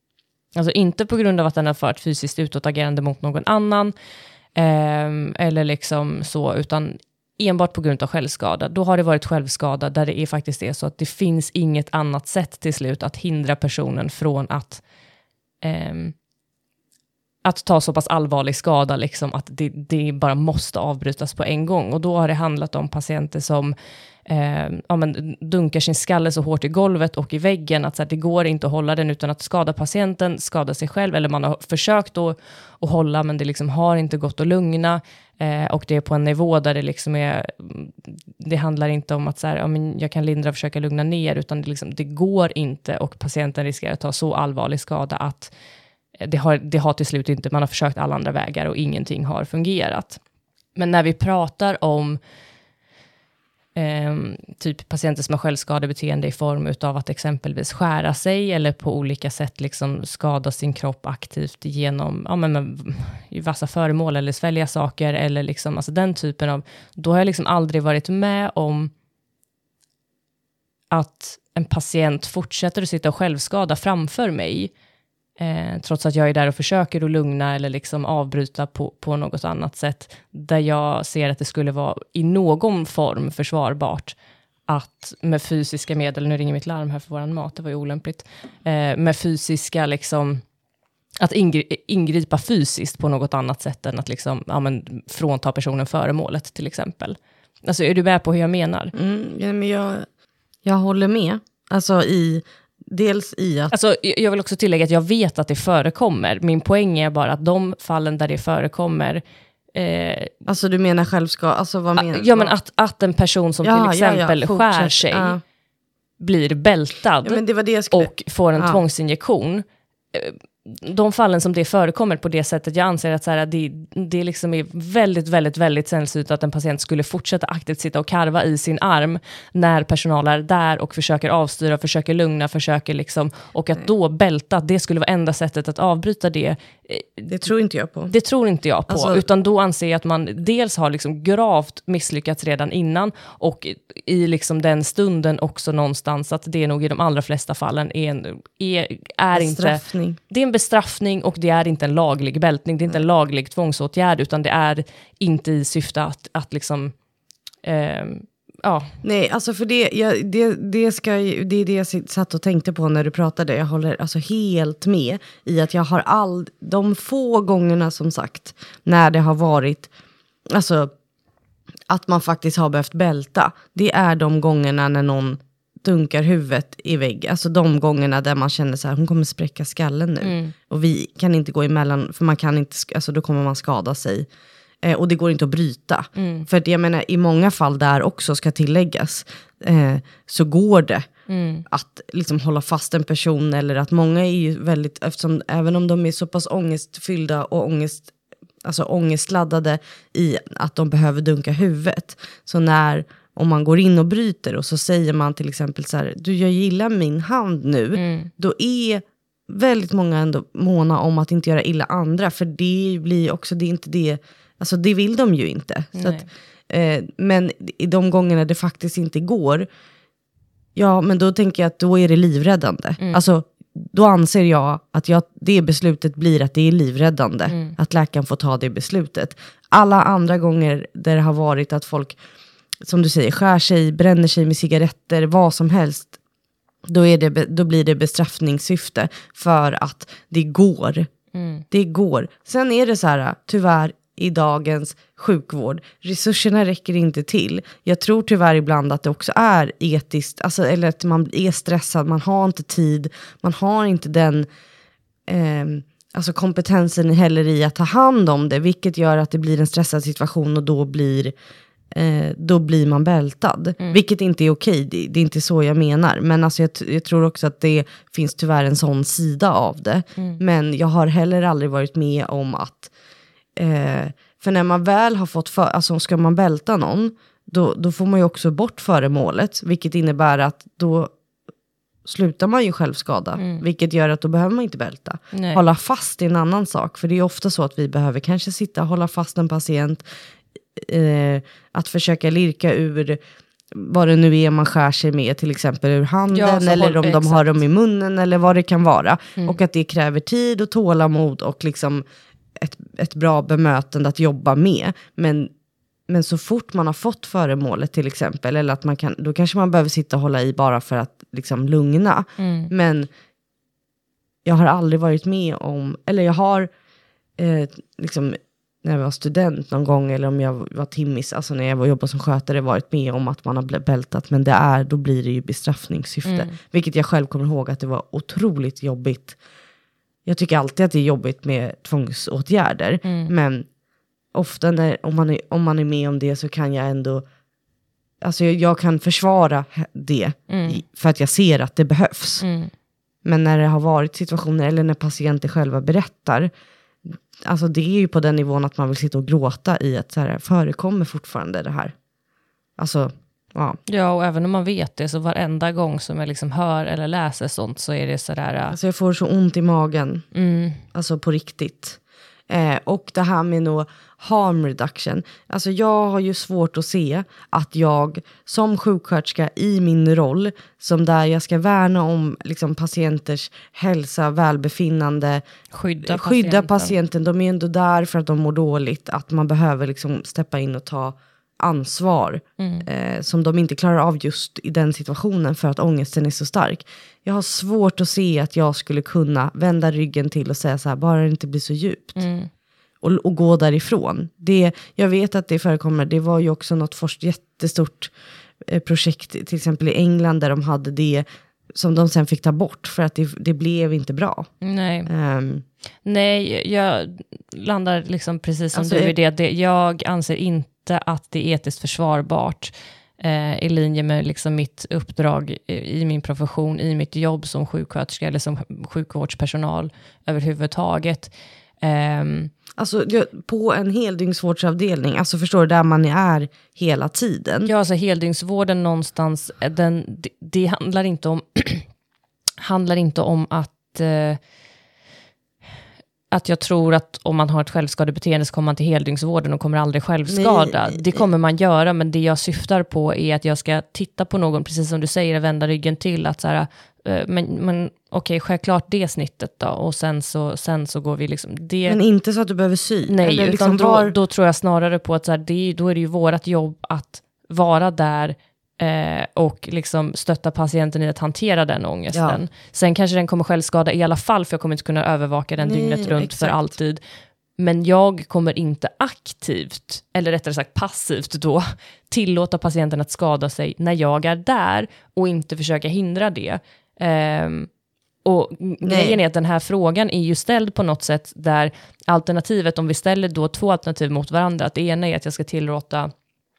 Alltså inte på grund av att den har fört fysiskt utåtagerande mot någon annan eller liksom så, utan enbart på grund av självskada. Då har det varit självskada där det faktiskt är så att det finns inget annat sätt till slut att hindra personen från att ta så pass allvarlig skada liksom, att det bara måste avbrytas på en gång. Och då har det handlat om patienter som dunkar sin skalle så hårt i golvet och i väggen att så här, det går inte att hålla den utan att skada patienten, skada sig själv, eller man har försökt att hålla men det liksom har inte gått att lugna, och det är på en nivå där det liksom är, det handlar inte om att så här, jag kan lindra och försöka lugna ner, utan det går inte, och patienten riskerar att ta så allvarlig skada att det har till slut inte, man har försökt alla andra vägar och ingenting har fungerat. Men när vi pratar om typ patienter som har självskadebeteende i form utav att exempelvis skära sig eller på olika sätt liksom skada sin kropp aktivt genom vassa föremål eller svälja saker eller liksom, alltså den typen av, då har jag liksom aldrig varit med om att en patient fortsätter att sitta och självskada framför mig trots att jag är där och försöker att lugna eller liksom avbryta på något annat sätt där jag ser att det skulle vara i någon form försvarbart att med fysiska medel, nu ringer mitt larm här för våran mat, det var ju olämpligt, med fysiska liksom, att ingripa fysiskt på något annat sätt än att liksom, frånta personen föremålet till exempel. Alltså är du med på hur jag menar? Ja, men jag håller med. Alltså dels i att... Alltså, jag vill också tillägga att jag vet att det förekommer. Min poäng är bara att de fallen där det förekommer... alltså du menar självskada? Alltså vad menar du? Ja, men att en person som till exempel skär sig blir bältad men det var det och får en tvångsinjektion. De fallen som det förekommer på det sättet, jag anser att så här, det liksom är väldigt, väldigt, väldigt sällsynt att en patient skulle fortsätta aktivt sitta och karva i sin arm när personal är där och försöker avstyra, försöker lugna, försöker liksom, och att då bälta, det skulle vara enda sättet att avbryta det. Det tror inte jag på. Det tror inte jag på, alltså, utan då anser jag att man dels har liksom gravt misslyckats redan innan och i liksom den stunden också någonstans att det nog i de allra flesta fallen är inte... Det är en bestraffning och det är inte en laglig bältning, det är inte en laglig tvångsåtgärd, utan det är inte i syfte att liksom... Nej, alltså för det är det jag satt och tänkte på när du pratade. Jag håller alltså helt med i att jag har de få gångerna som sagt när det har varit alltså att man faktiskt har behövt bälta. Det är de gångerna när någon dunkar huvudet i vägg. Alltså de gångerna där man känner så här, hon kommer spräcka skallen nu. Och vi kan inte gå emellan, för man kan inte, alltså då kommer man skada sig. Och det går inte att bryta. För att jag menar, i många fall där också ska tilläggas, så går det att liksom hålla fast en person, eller att många är ju väldigt, eftersom även om de är så pass ångestfyllda och ångestladdade i att de behöver dunka huvudet, så om man går in och bryter och så säger man till exempel så här, du, jag gillar min hand nu, då är väldigt många ändå måna om att inte göra illa andra, för det blir också, det är inte det, alltså det vill de ju inte. Så att, men i de gångerna det faktiskt inte går, ja men då tänker jag att då är det livräddande. Alltså då anser jag att det beslutet blir att det är livräddande. Att läkaren får ta det beslutet. Alla andra gånger där det har varit att folk, som du säger, skär sig, bränner sig med cigaretter, vad som helst, då blir det bestraffningssyfte för att det går. Det går. Sen är det så här, tyvärr i dagens sjukvård, resurserna räcker inte till. Jag tror tyvärr ibland att det också är etiskt, alltså, eller att man är stressad, man har inte tid, man har inte den alltså kompetensen heller i att ta hand om det, vilket gör att det blir en stressad situation och då blir man bältad. Vilket inte är okej. Det är inte så jag menar. Men alltså jag tror också att det finns tyvärr en sån sida av det. Men jag har heller aldrig varit med om att för när man väl har fått alltså ska man bälta någon, då får man ju också bort föremålet, vilket innebär att då slutar man ju självskada, vilket gör att då behöver man inte bälta. Nej. Hålla fast är en annan sak, för det är ofta så att vi behöver kanske sitta och hålla fast en patient, att försöka lirka ur vad det nu är man skär sig med, till exempel ur handen eller om de har dem i munnen eller vad det kan vara. Och att det kräver tid och tålamod och liksom ett bra bemötande att jobba med. Men så fort man har fått föremålet till exempel, eller att man kan, då kanske man behöver sitta och hålla i bara för att liksom lugna. Men jag har aldrig varit med om, eller jag har liksom när jag var student någon gång, eller om jag var timmis, alltså när jag jobbade som skötare, varit med om att man har bältat, men då blir det ju bestraffningssyfte. Vilket jag själv kommer ihåg att det var otroligt jobbigt. Jag tycker alltid att det är jobbigt med tvångsåtgärder, men ofta om man är med om det så kan jag ändå, alltså jag kan försvara det för att jag ser att det behövs. Men när det har varit situationer, eller när patienter själva berättar, alltså det är ju på den nivån att man vill sitta och gråta i att så här, förekommer fortfarande det här. Alltså, ja. Ja, och även om man vet det, så varenda gång som jag liksom hör eller läser sånt, så är det sådär... Alltså jag får så ont i magen. Alltså på riktigt. Och det här med harm reduction. Alltså jag har ju svårt att se att jag som sjuksköterska i min roll, som där jag ska värna om liksom patienters hälsa, välbefinnande, skydda patienten. De är ändå där för att de mår dåligt. Att man behöver liksom steppa in och ta ansvar som de inte klarar av just i den situationen för att ångesten är så stark. Jag har svårt att se att jag skulle kunna vända ryggen till och säga så här, bara det inte blir så djupt. Och gå därifrån. Jag vet att det förekommer. Det var ju också något jättestort projekt, till exempel i England, där de hade det som de sen fick ta bort för att det blev inte bra. Nej, jag landar liksom precis som alltså, du i det. Jag anser inte att det är etiskt försvarbart i linje med liksom mitt uppdrag i min profession, i mitt jobb som sjuksköterska eller som sjukvårdspersonal överhuvudtaget. Alltså på en heldygnsvårdsavdelning, alltså förstår du, där man är hela tiden. Ja, alltså heldygnsvården någonstans, det handlar inte om att jag tror att om man har ett självskadebeteende så kommer man till heldygnsvården och kommer aldrig självskada. Det kommer man göra, men det jag syftar på är att jag ska titta på någon, precis som du säger, vända ryggen till, att så här, men okej, självklart det snittet då, och sen så går vi liksom det. Men inte så att du behöver sy. Nej, eller utan liksom då tror jag snarare på att så här, då är det ju vårat jobb att vara där och liksom stötta patienten i att hantera den ångesten. Ja. Sen kanske den kommer självskada i alla fall, för jag kommer inte kunna övervaka den dygnet runt för alltid. Men jag kommer inte aktivt, eller rättare sagt passivt då, tillåta patienten att skada sig när jag är där och inte försöka hindra det. Och grejen är att den här frågan är ju ställd på något sätt där alternativet, om vi ställer då 2 alternativ mot varandra, att det ena är att jag ska tillåta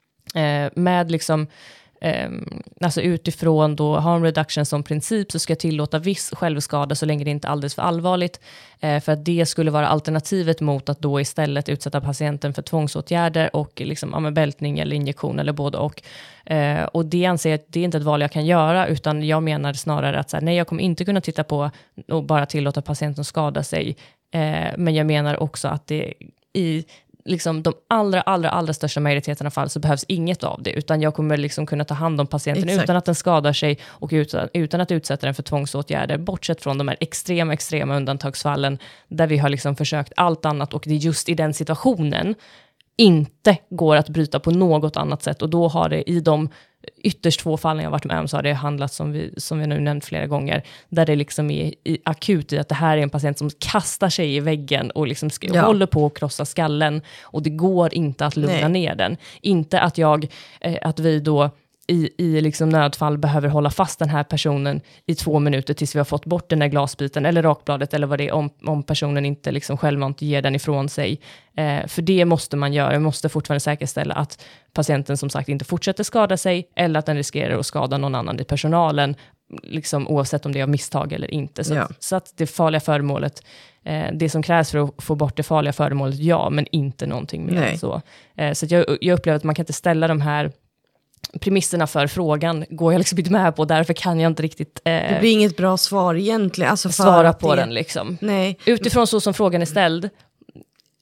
med liksom alltså utifrån då harm reduction som princip, så ska jag tillåta viss självskada så länge det inte är alldeles för allvarligt, för att det skulle vara alternativet mot att då istället utsätta patienten för tvångsåtgärder och liksom bältning eller injektion eller både och det anser jag att det är inte ett val jag kan göra, utan jag menar snarare att så här, nej, jag kommer inte kunna titta på och bara tillåta patienten skada sig, men jag menar också att det i liksom de allra största majoriteten av fall så behövs inget av det, utan jag kommer liksom kunna ta hand om patienten utan att den skadar sig och utan att utsätta den för tvångsåtgärder, bortsett från de här extrema undantagsfallen där vi har liksom försökt allt annat och det just i den situationen inte går att bryta på något annat sätt, och då har det i de ytterst få fallen jag varit med om så har det handlat som vi nu nämnt flera gånger, där det liksom är akut i att det här är en patient som kastar sig i väggen och liksom håller på att krossa skallen, och det går inte att lugna ner den. Inte att att vi då i liksom nödfall behöver hålla fast den här personen i 2 minuter tills vi har fått bort den här glasbiten eller rakbladet eller vad det är, om personen inte liksom självmant ger den ifrån sig. För det måste man göra. Man måste fortfarande säkerställa att patienten som sagt inte fortsätter skada sig, eller att den riskerar att skada någon annan i personalen, liksom, oavsett om det är av misstag eller inte. Så att det farliga föremålet, det som krävs för att få bort det farliga föremålet, ja, men inte någonting mer än så. Så att jag upplever att man kan inte ställa de här premisserna för frågan, går jag liksom inte med på, därför kan jag inte riktigt det blir inget bra svar egentligen, alltså svara på den liksom. Nej. Utifrån så som frågan är ställd,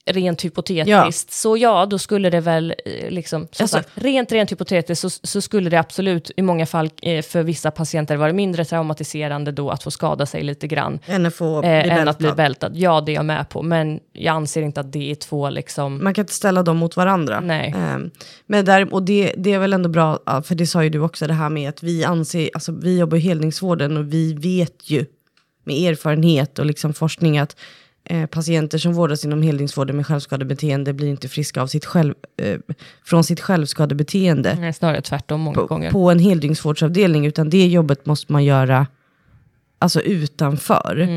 rent hypotetiskt. Så ja, då skulle det väl liksom, som sagt, rent hypotetiskt så skulle det absolut i många fall för vissa patienter vara mindre traumatiserande då att få skada sig lite grann. Än att bli bältad. Ja, det är jag med på. Men jag anser inte att det är två liksom... Man kan inte ställa dem mot varandra. Nej. Men det är väl ändå bra, för det sa ju du också det här med att vi anser, alltså vi jobbar i helningsvården och vi vet ju med erfarenhet och liksom forskning att patienter som vårdas inom helningsvården med självskadebeteende blir inte friska av från sitt självskadebeteende. Nej, snarare tvärtom många gånger. På en helningsvårdsavdelning, utan det jobbet måste man göra alltså utanför.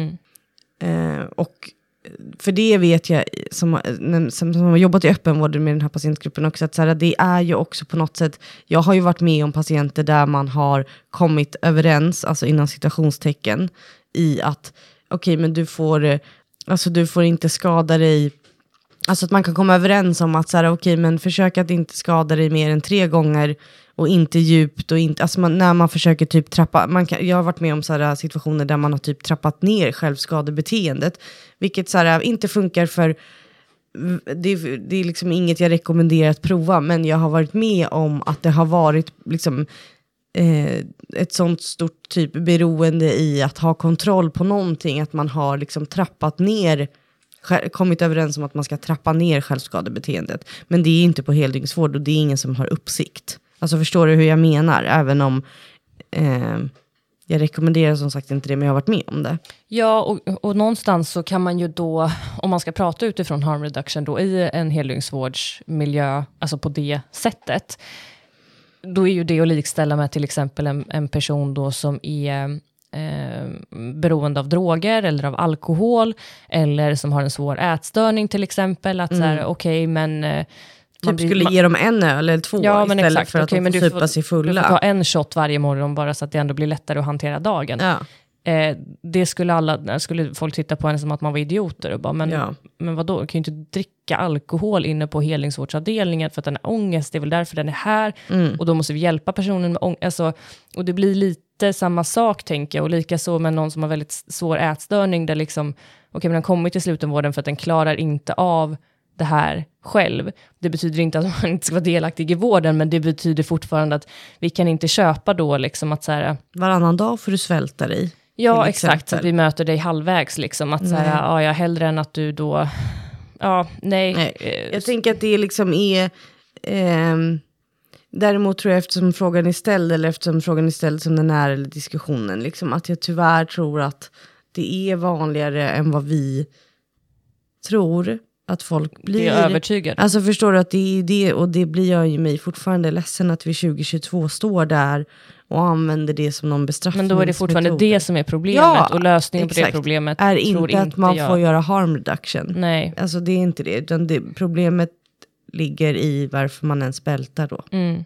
Och för det vet jag som har jobbat i öppenvården med den här patientgruppen också, att så här, det är ju också på något sätt, jag har ju varit med om patienter där man har kommit överens, alltså inom citationstecken, i att okej, men du får inte skada dig, alltså att man kan komma överens om att så här, okej, men försök att inte skada dig mer än 3 gånger och inte djupt och inte, alltså när man försöker typ trappa, jag har varit med om så här situationer där man har typ trappat ner självskadebeteendet, vilket så här inte funkar för det är liksom inget jag rekommenderar att prova, men jag har varit med om att det har varit liksom ett sånt stort typ beroende i att ha kontroll på någonting, att man har liksom trappat ner, kommit överens om att man ska trappa ner självskadebeteendet, men det är inte på heldygnsvård och det är ingen som har uppsikt. Alltså förstår du hur jag menar, även om jag rekommenderar som sagt inte det, men jag har varit med om det. Ja, och någonstans så kan man ju då, om man ska prata utifrån harm reduction då i en heldygnsvårdsmiljö, alltså på det sättet, då är ju det att likställa med till exempel en person då som är beroende av droger eller av alkohol, eller som har en svår ätstörning till exempel, att så här, okej, men typ skulle ge dem en öl eller 2 istället exakt, för att de får supa sig fulla. Du får ta en shot varje morgon bara så att det ändå blir lättare att hantera dagen. Ja. Det skulle folk titta på en som att man var idioter och bara, men vadå, du kan ju inte dricka alkohol inne på helningsvårdsavdelningen för att den är ångest, det är väl därför den är här, och då måste vi hjälpa personen med ångest, alltså, och det blir lite samma sak tänker jag, och lika så med någon som har väldigt svår ätstörning där liksom, men den kommer till slutenvården för att den klarar inte av det här själv. Det betyder inte att man inte ska vara delaktig i vården, men det betyder fortfarande att vi kan inte köpa då liksom att så här, varannan dag får du svälta dig. Ja, exakt. Så att vi möter dig halvvägs liksom. Att så här, ja, hellre än att du då... Ja, nej. Jag tänker att det liksom är... däremot tror jag eftersom frågan är ställd som den är, eller diskussionen, liksom, att jag tyvärr tror att det är vanligare än vad vi tror att folk blir. Det är övertygad. Alltså förstår du att det är det, och det blir jag ju mig fortfarande ledsen att vi 2022 står där och använder det som någon bestraffning. Men då är det fortfarande det som är problemet, och lösningen på det problemet är inte att man får göra harm reduction. Nej. Alltså det är inte det, utan problemet ligger i varför man ens bältar då.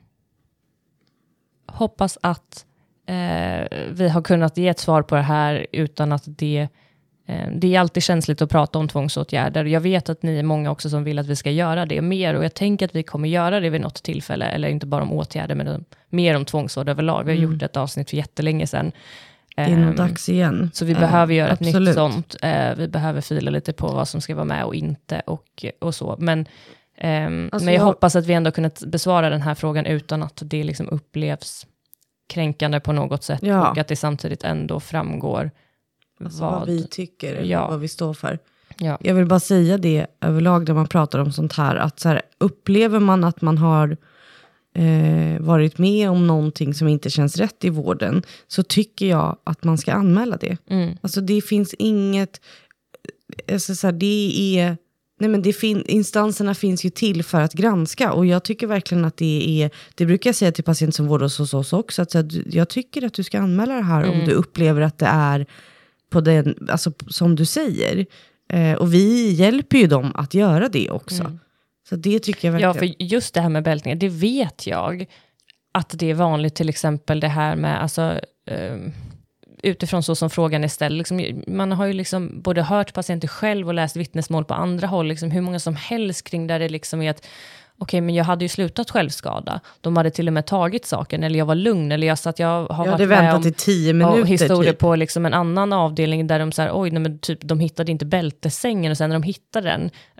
Hoppas att vi har kunnat ge ett svar på det här utan att det är alltid känsligt att prata om tvångsåtgärder. Jag vet att ni är många också som vill att vi ska göra det mer, och jag tänker att vi kommer göra det vid något tillfälle, eller inte bara om åtgärder men mer om tvångsvård överlag. Vi har gjort ett avsnitt för jättelänge sedan. Det är nog dags igen. Så vi behöver göra absolut. ett nytt sånt. Vi behöver fila lite på vad som ska vara med och inte och så. Men jag hoppas att vi ändå kunnat besvara den här frågan utan att det liksom upplevs kränkande på något sätt, och att det samtidigt ändå framgår vad vi tycker, vad vi står för. Ja. Jag vill bara säga det överlag när man pratar om sånt här, att så här, upplever man att man har varit med om någonting som inte känns rätt i vården, så tycker jag att man ska anmäla det. Alltså det finns inget, alltså så här, det är, nej men instanserna finns ju till för att granska, och jag tycker verkligen att det brukar jag säga till patienter som vårdas hos oss också, att så här, jag tycker att du ska anmäla det här om du upplever att det är på den, alltså som du säger. Och vi hjälper ju dem att göra det också. Så det tycker jag verkligen. Ja, för just det här med bältningar, det vet jag att det är vanligt, till exempel det här med, alltså utifrån så som frågan är ställd. Liksom, man har ju liksom både hört patienter själv och läst vittnesmål på andra håll, liksom, hur många som helst kring där det liksom är att okej, men jag hade ju slutat självskada. De hade till och med tagit saken, eller jag var lugn, eller jag har varit med om i 10 minuter, historier typ. på liksom en annan avdelning där de så här, oj, nej, men typ, de hittade inte bältesängen, och sen när de hittade den,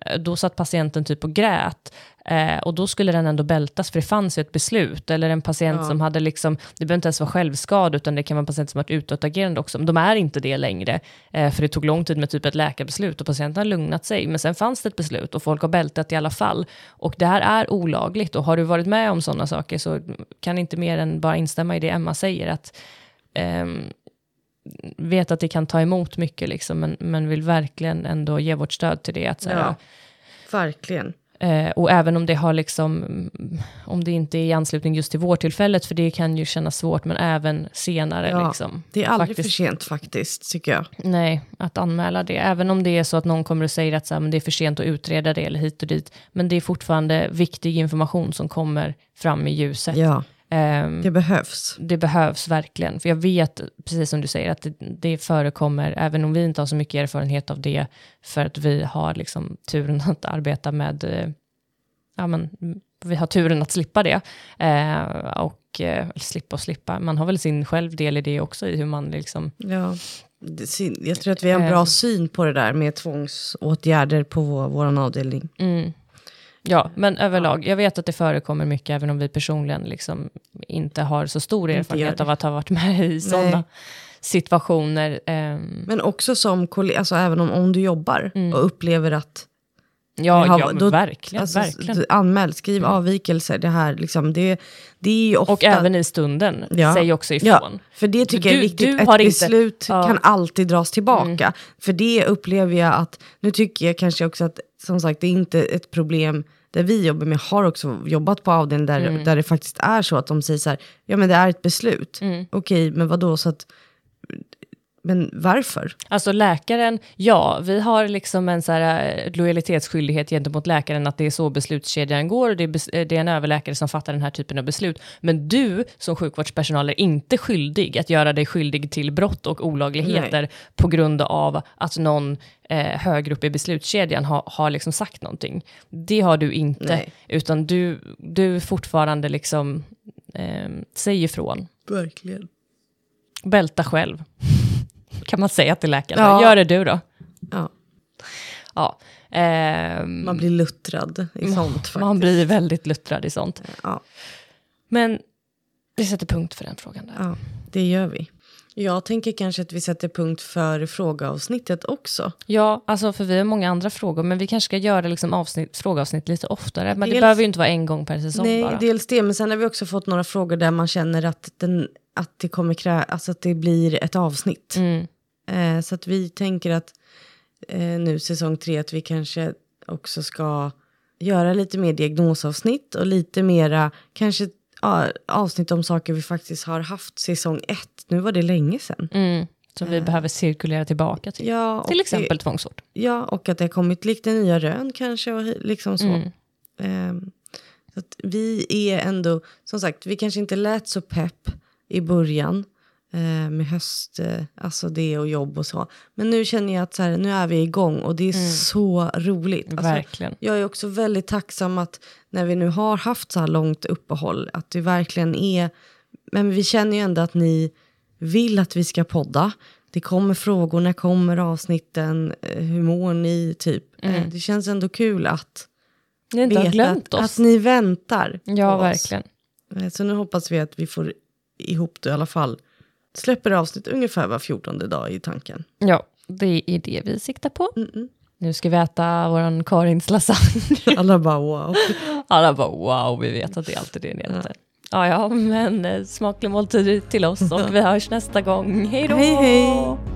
då satt patienten typ och grät. Och då skulle den ändå bältas, för det fanns ju ett beslut. Eller en patient som hade liksom, det behöver inte ens vara självskad, utan det kan vara en patient som har varit utåtagerande också. Men de är inte det längre, för det tog lång tid med typ ett läkarbeslut och patienten har lugnat sig. Men sen fanns det ett beslut och folk har bältat i alla fall. Och det här är olagligt, och har du varit med om sådana saker så kan inte mer än bara instämma i det Emma säger, att vet att det kan ta emot mycket liksom, men vill verkligen ändå ge vårt stöd till det. Att, såhär, verkligen. Och även om det har liksom, om det inte är i anslutning just till vårdtillfället, för det kan ju kännas svårt, men även senare liksom. Det är aldrig för sent faktiskt, tycker jag. Nej, att anmäla det. Även om det är så att någon kommer och säger att så här, men det är för sent att utreda det eller hit och dit. Men det är fortfarande viktig information som kommer fram i ljuset. Ja. Det behövs. Det behövs verkligen. För jag vet, precis som du säger, att det förekommer, även om vi inte har så mycket erfarenhet av det, för att vi har liksom turen att arbeta med, vi har turen att slippa det. Slippa. Man har väl sin självdel i det också, i hur man liksom... Ja, jag tror att vi har en bra syn på det där med tvångsåtgärder på vår avdelning. Ja, men överlag, jag vet att det förekommer mycket, även om vi personligen liksom inte har så stor erfarenhet av att ha varit med i sådana situationer. Men också som kollega, alltså även om du jobbar och upplever att verkligen. Anmäl, skriv avvikelser, det här liksom, det är ju ofta... Och även i stunden, säg också ifrån. Ja, för det tycker jag är viktigt. Ett beslut kan alltid dras tillbaka. För det upplever jag att, nu tycker jag kanske också att, som sagt, det är inte ett problem där vi jobbar, men jag har också jobbat på avdelningen där det faktiskt är så att de säger så här, ja men det är ett beslut. Okej, men vadå, så att... Men varför? Alltså läkaren, vi har liksom en så här lojalitetsskyldighet gentemot läkaren, att det är så beslutskedjan går, och det är en överläkare som fattar den här typen av beslut. Men du som sjukvårdspersonal är inte skyldig att göra dig skyldig till brott och olagligheter på grund av att någon högre upp i beslutskedjan har liksom sagt någonting. Det har du inte, utan du fortfarande liksom säger ifrån. Verkligen. Bälta själv. Kan man säga till läkaren. Gör det du då. Ja. Man blir luttrad i sånt faktiskt. Man blir väldigt luttrad i sånt. Ja. Men vi sätter punkt för den frågan där. Ja, det gör vi. Jag tänker kanske att vi sätter punkt för frågeavsnittet också. Ja, alltså för vi har många andra frågor, men vi kanske ska göra liksom frågeavsnitt lite oftare. Men det behöver ju inte vara en gång per säsong. Nej, bara. Dels det, men sen har vi också fått några frågor där man känner att det kommer alltså att det blir ett avsnitt. Så att vi tänker att nu säsong 3 att vi kanske också ska göra lite mer diagnosavsnitt och lite mera kanske avsnitt om saker vi faktiskt har haft säsong 1. Nu var det länge sedan. Som vi behöver cirkulera tillbaka till. Ja, till exempel tvångsvård. Ja, och att det har kommit lite nya rön kanske och liksom så. Så att vi är ändå, som sagt, vi kanske inte lät så pepp i början med höst, alltså det och jobb och så. Men nu känner jag att så här, nu är vi igång och det är så roligt. Alltså, verkligen. Jag är också väldigt tacksam att när vi nu har haft så här långt uppehåll, att det verkligen är, men vi känner ju ändå att ni vill att vi ska podda. Det kommer frågor, när kommer avsnitten, hur mår ni typ. Det känns ändå kul att ni inte har glömt oss. Att ni väntar. Ja, verkligen. Så nu hoppas vi att vi får ihop det i alla fall. Släpper avsnitt ungefär var 14:e dag i tanken. Ja, det är det vi siktar på. Nu ska vi äta våran Karins lasagne. Alla bara wow. Alla bara wow, vi vet att det är alltid det ni äter. Ja, men smaklig måltid till oss och vi hörs nästa gång. Hej då! Hej, hej!